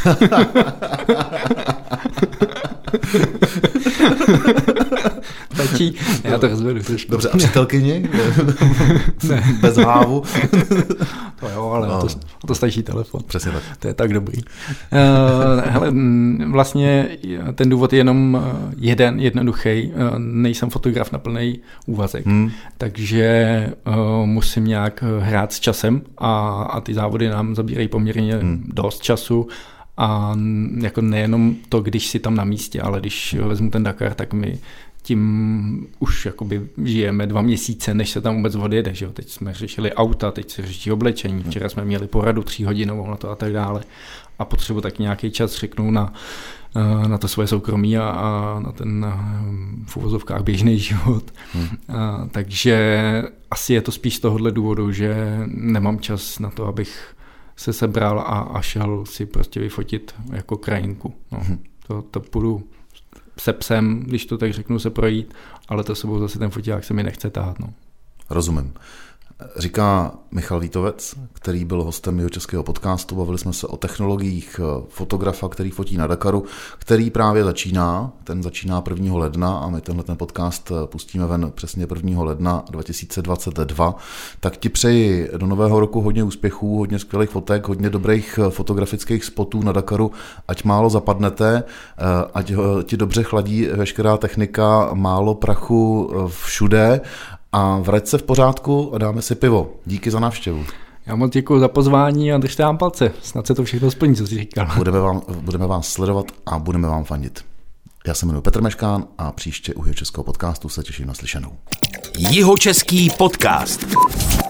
Stačí, já to rozvedu. Dobře, a přítelkyni? Bez hávu? To jo, ale to stačí telefon. Přesně tak. To je tak dobrý. Hele, vlastně ten důvod je jenom jeden, jednoduchý. Nejsem fotograf na plný úvazek, takže musím nějak hrát s časem a ty závody nám zabírají poměrně dost času. A jako nejenom to, když si tam na místě, ale když vezmu ten Dakar, tak my tím už jakoby žijeme 2 měsíce, než se tam vůbec odjede. Že jo? Teď jsme řešili auta, teď se řeší oblečení, včera jsme měli poradu 3hodinovou na to a tak dále. A potřebuji tak nějaký čas řeknout na to svoje soukromí a na ten v uvozovkách běžný život. Takže asi je to spíš z tohohle důvodu, že nemám čas na to, abych se sebral a šel si prostě vyfotit jako krajinku. No, to půjdu se psem, když to tak řeknu, se projít, ale to sebou zase ten foťák se mi nechce tahat. No. Rozumím. Říká Michal Vítovec, který byl hostem Jihočeského podcastu. Bavili jsme se o technologiích fotografa, který fotí na Dakaru, který právě začíná. Ten začíná 1. ledna a my tenhle podcast pustíme ven přesně 1. ledna 2022. Tak ti přeji do nového roku hodně úspěchů, hodně skvělých fotek, hodně dobrých fotografických spotů na Dakaru, ať málo zapadnete, ať ti dobře chladí veškerá technika, málo prachu všude. A vrať se v pořádku a dáme si pivo. Díky za návštěvu. Já moc děkuji za pozvání a držte vám palce. Snad se to všechno splní, co jsi říkal. Budeme vás sledovat a budeme vám fandit. Já se jmenuji Petr Meškán a příště u Jihočeského podcastu se těším na slyšenou. Jihočeský podcast.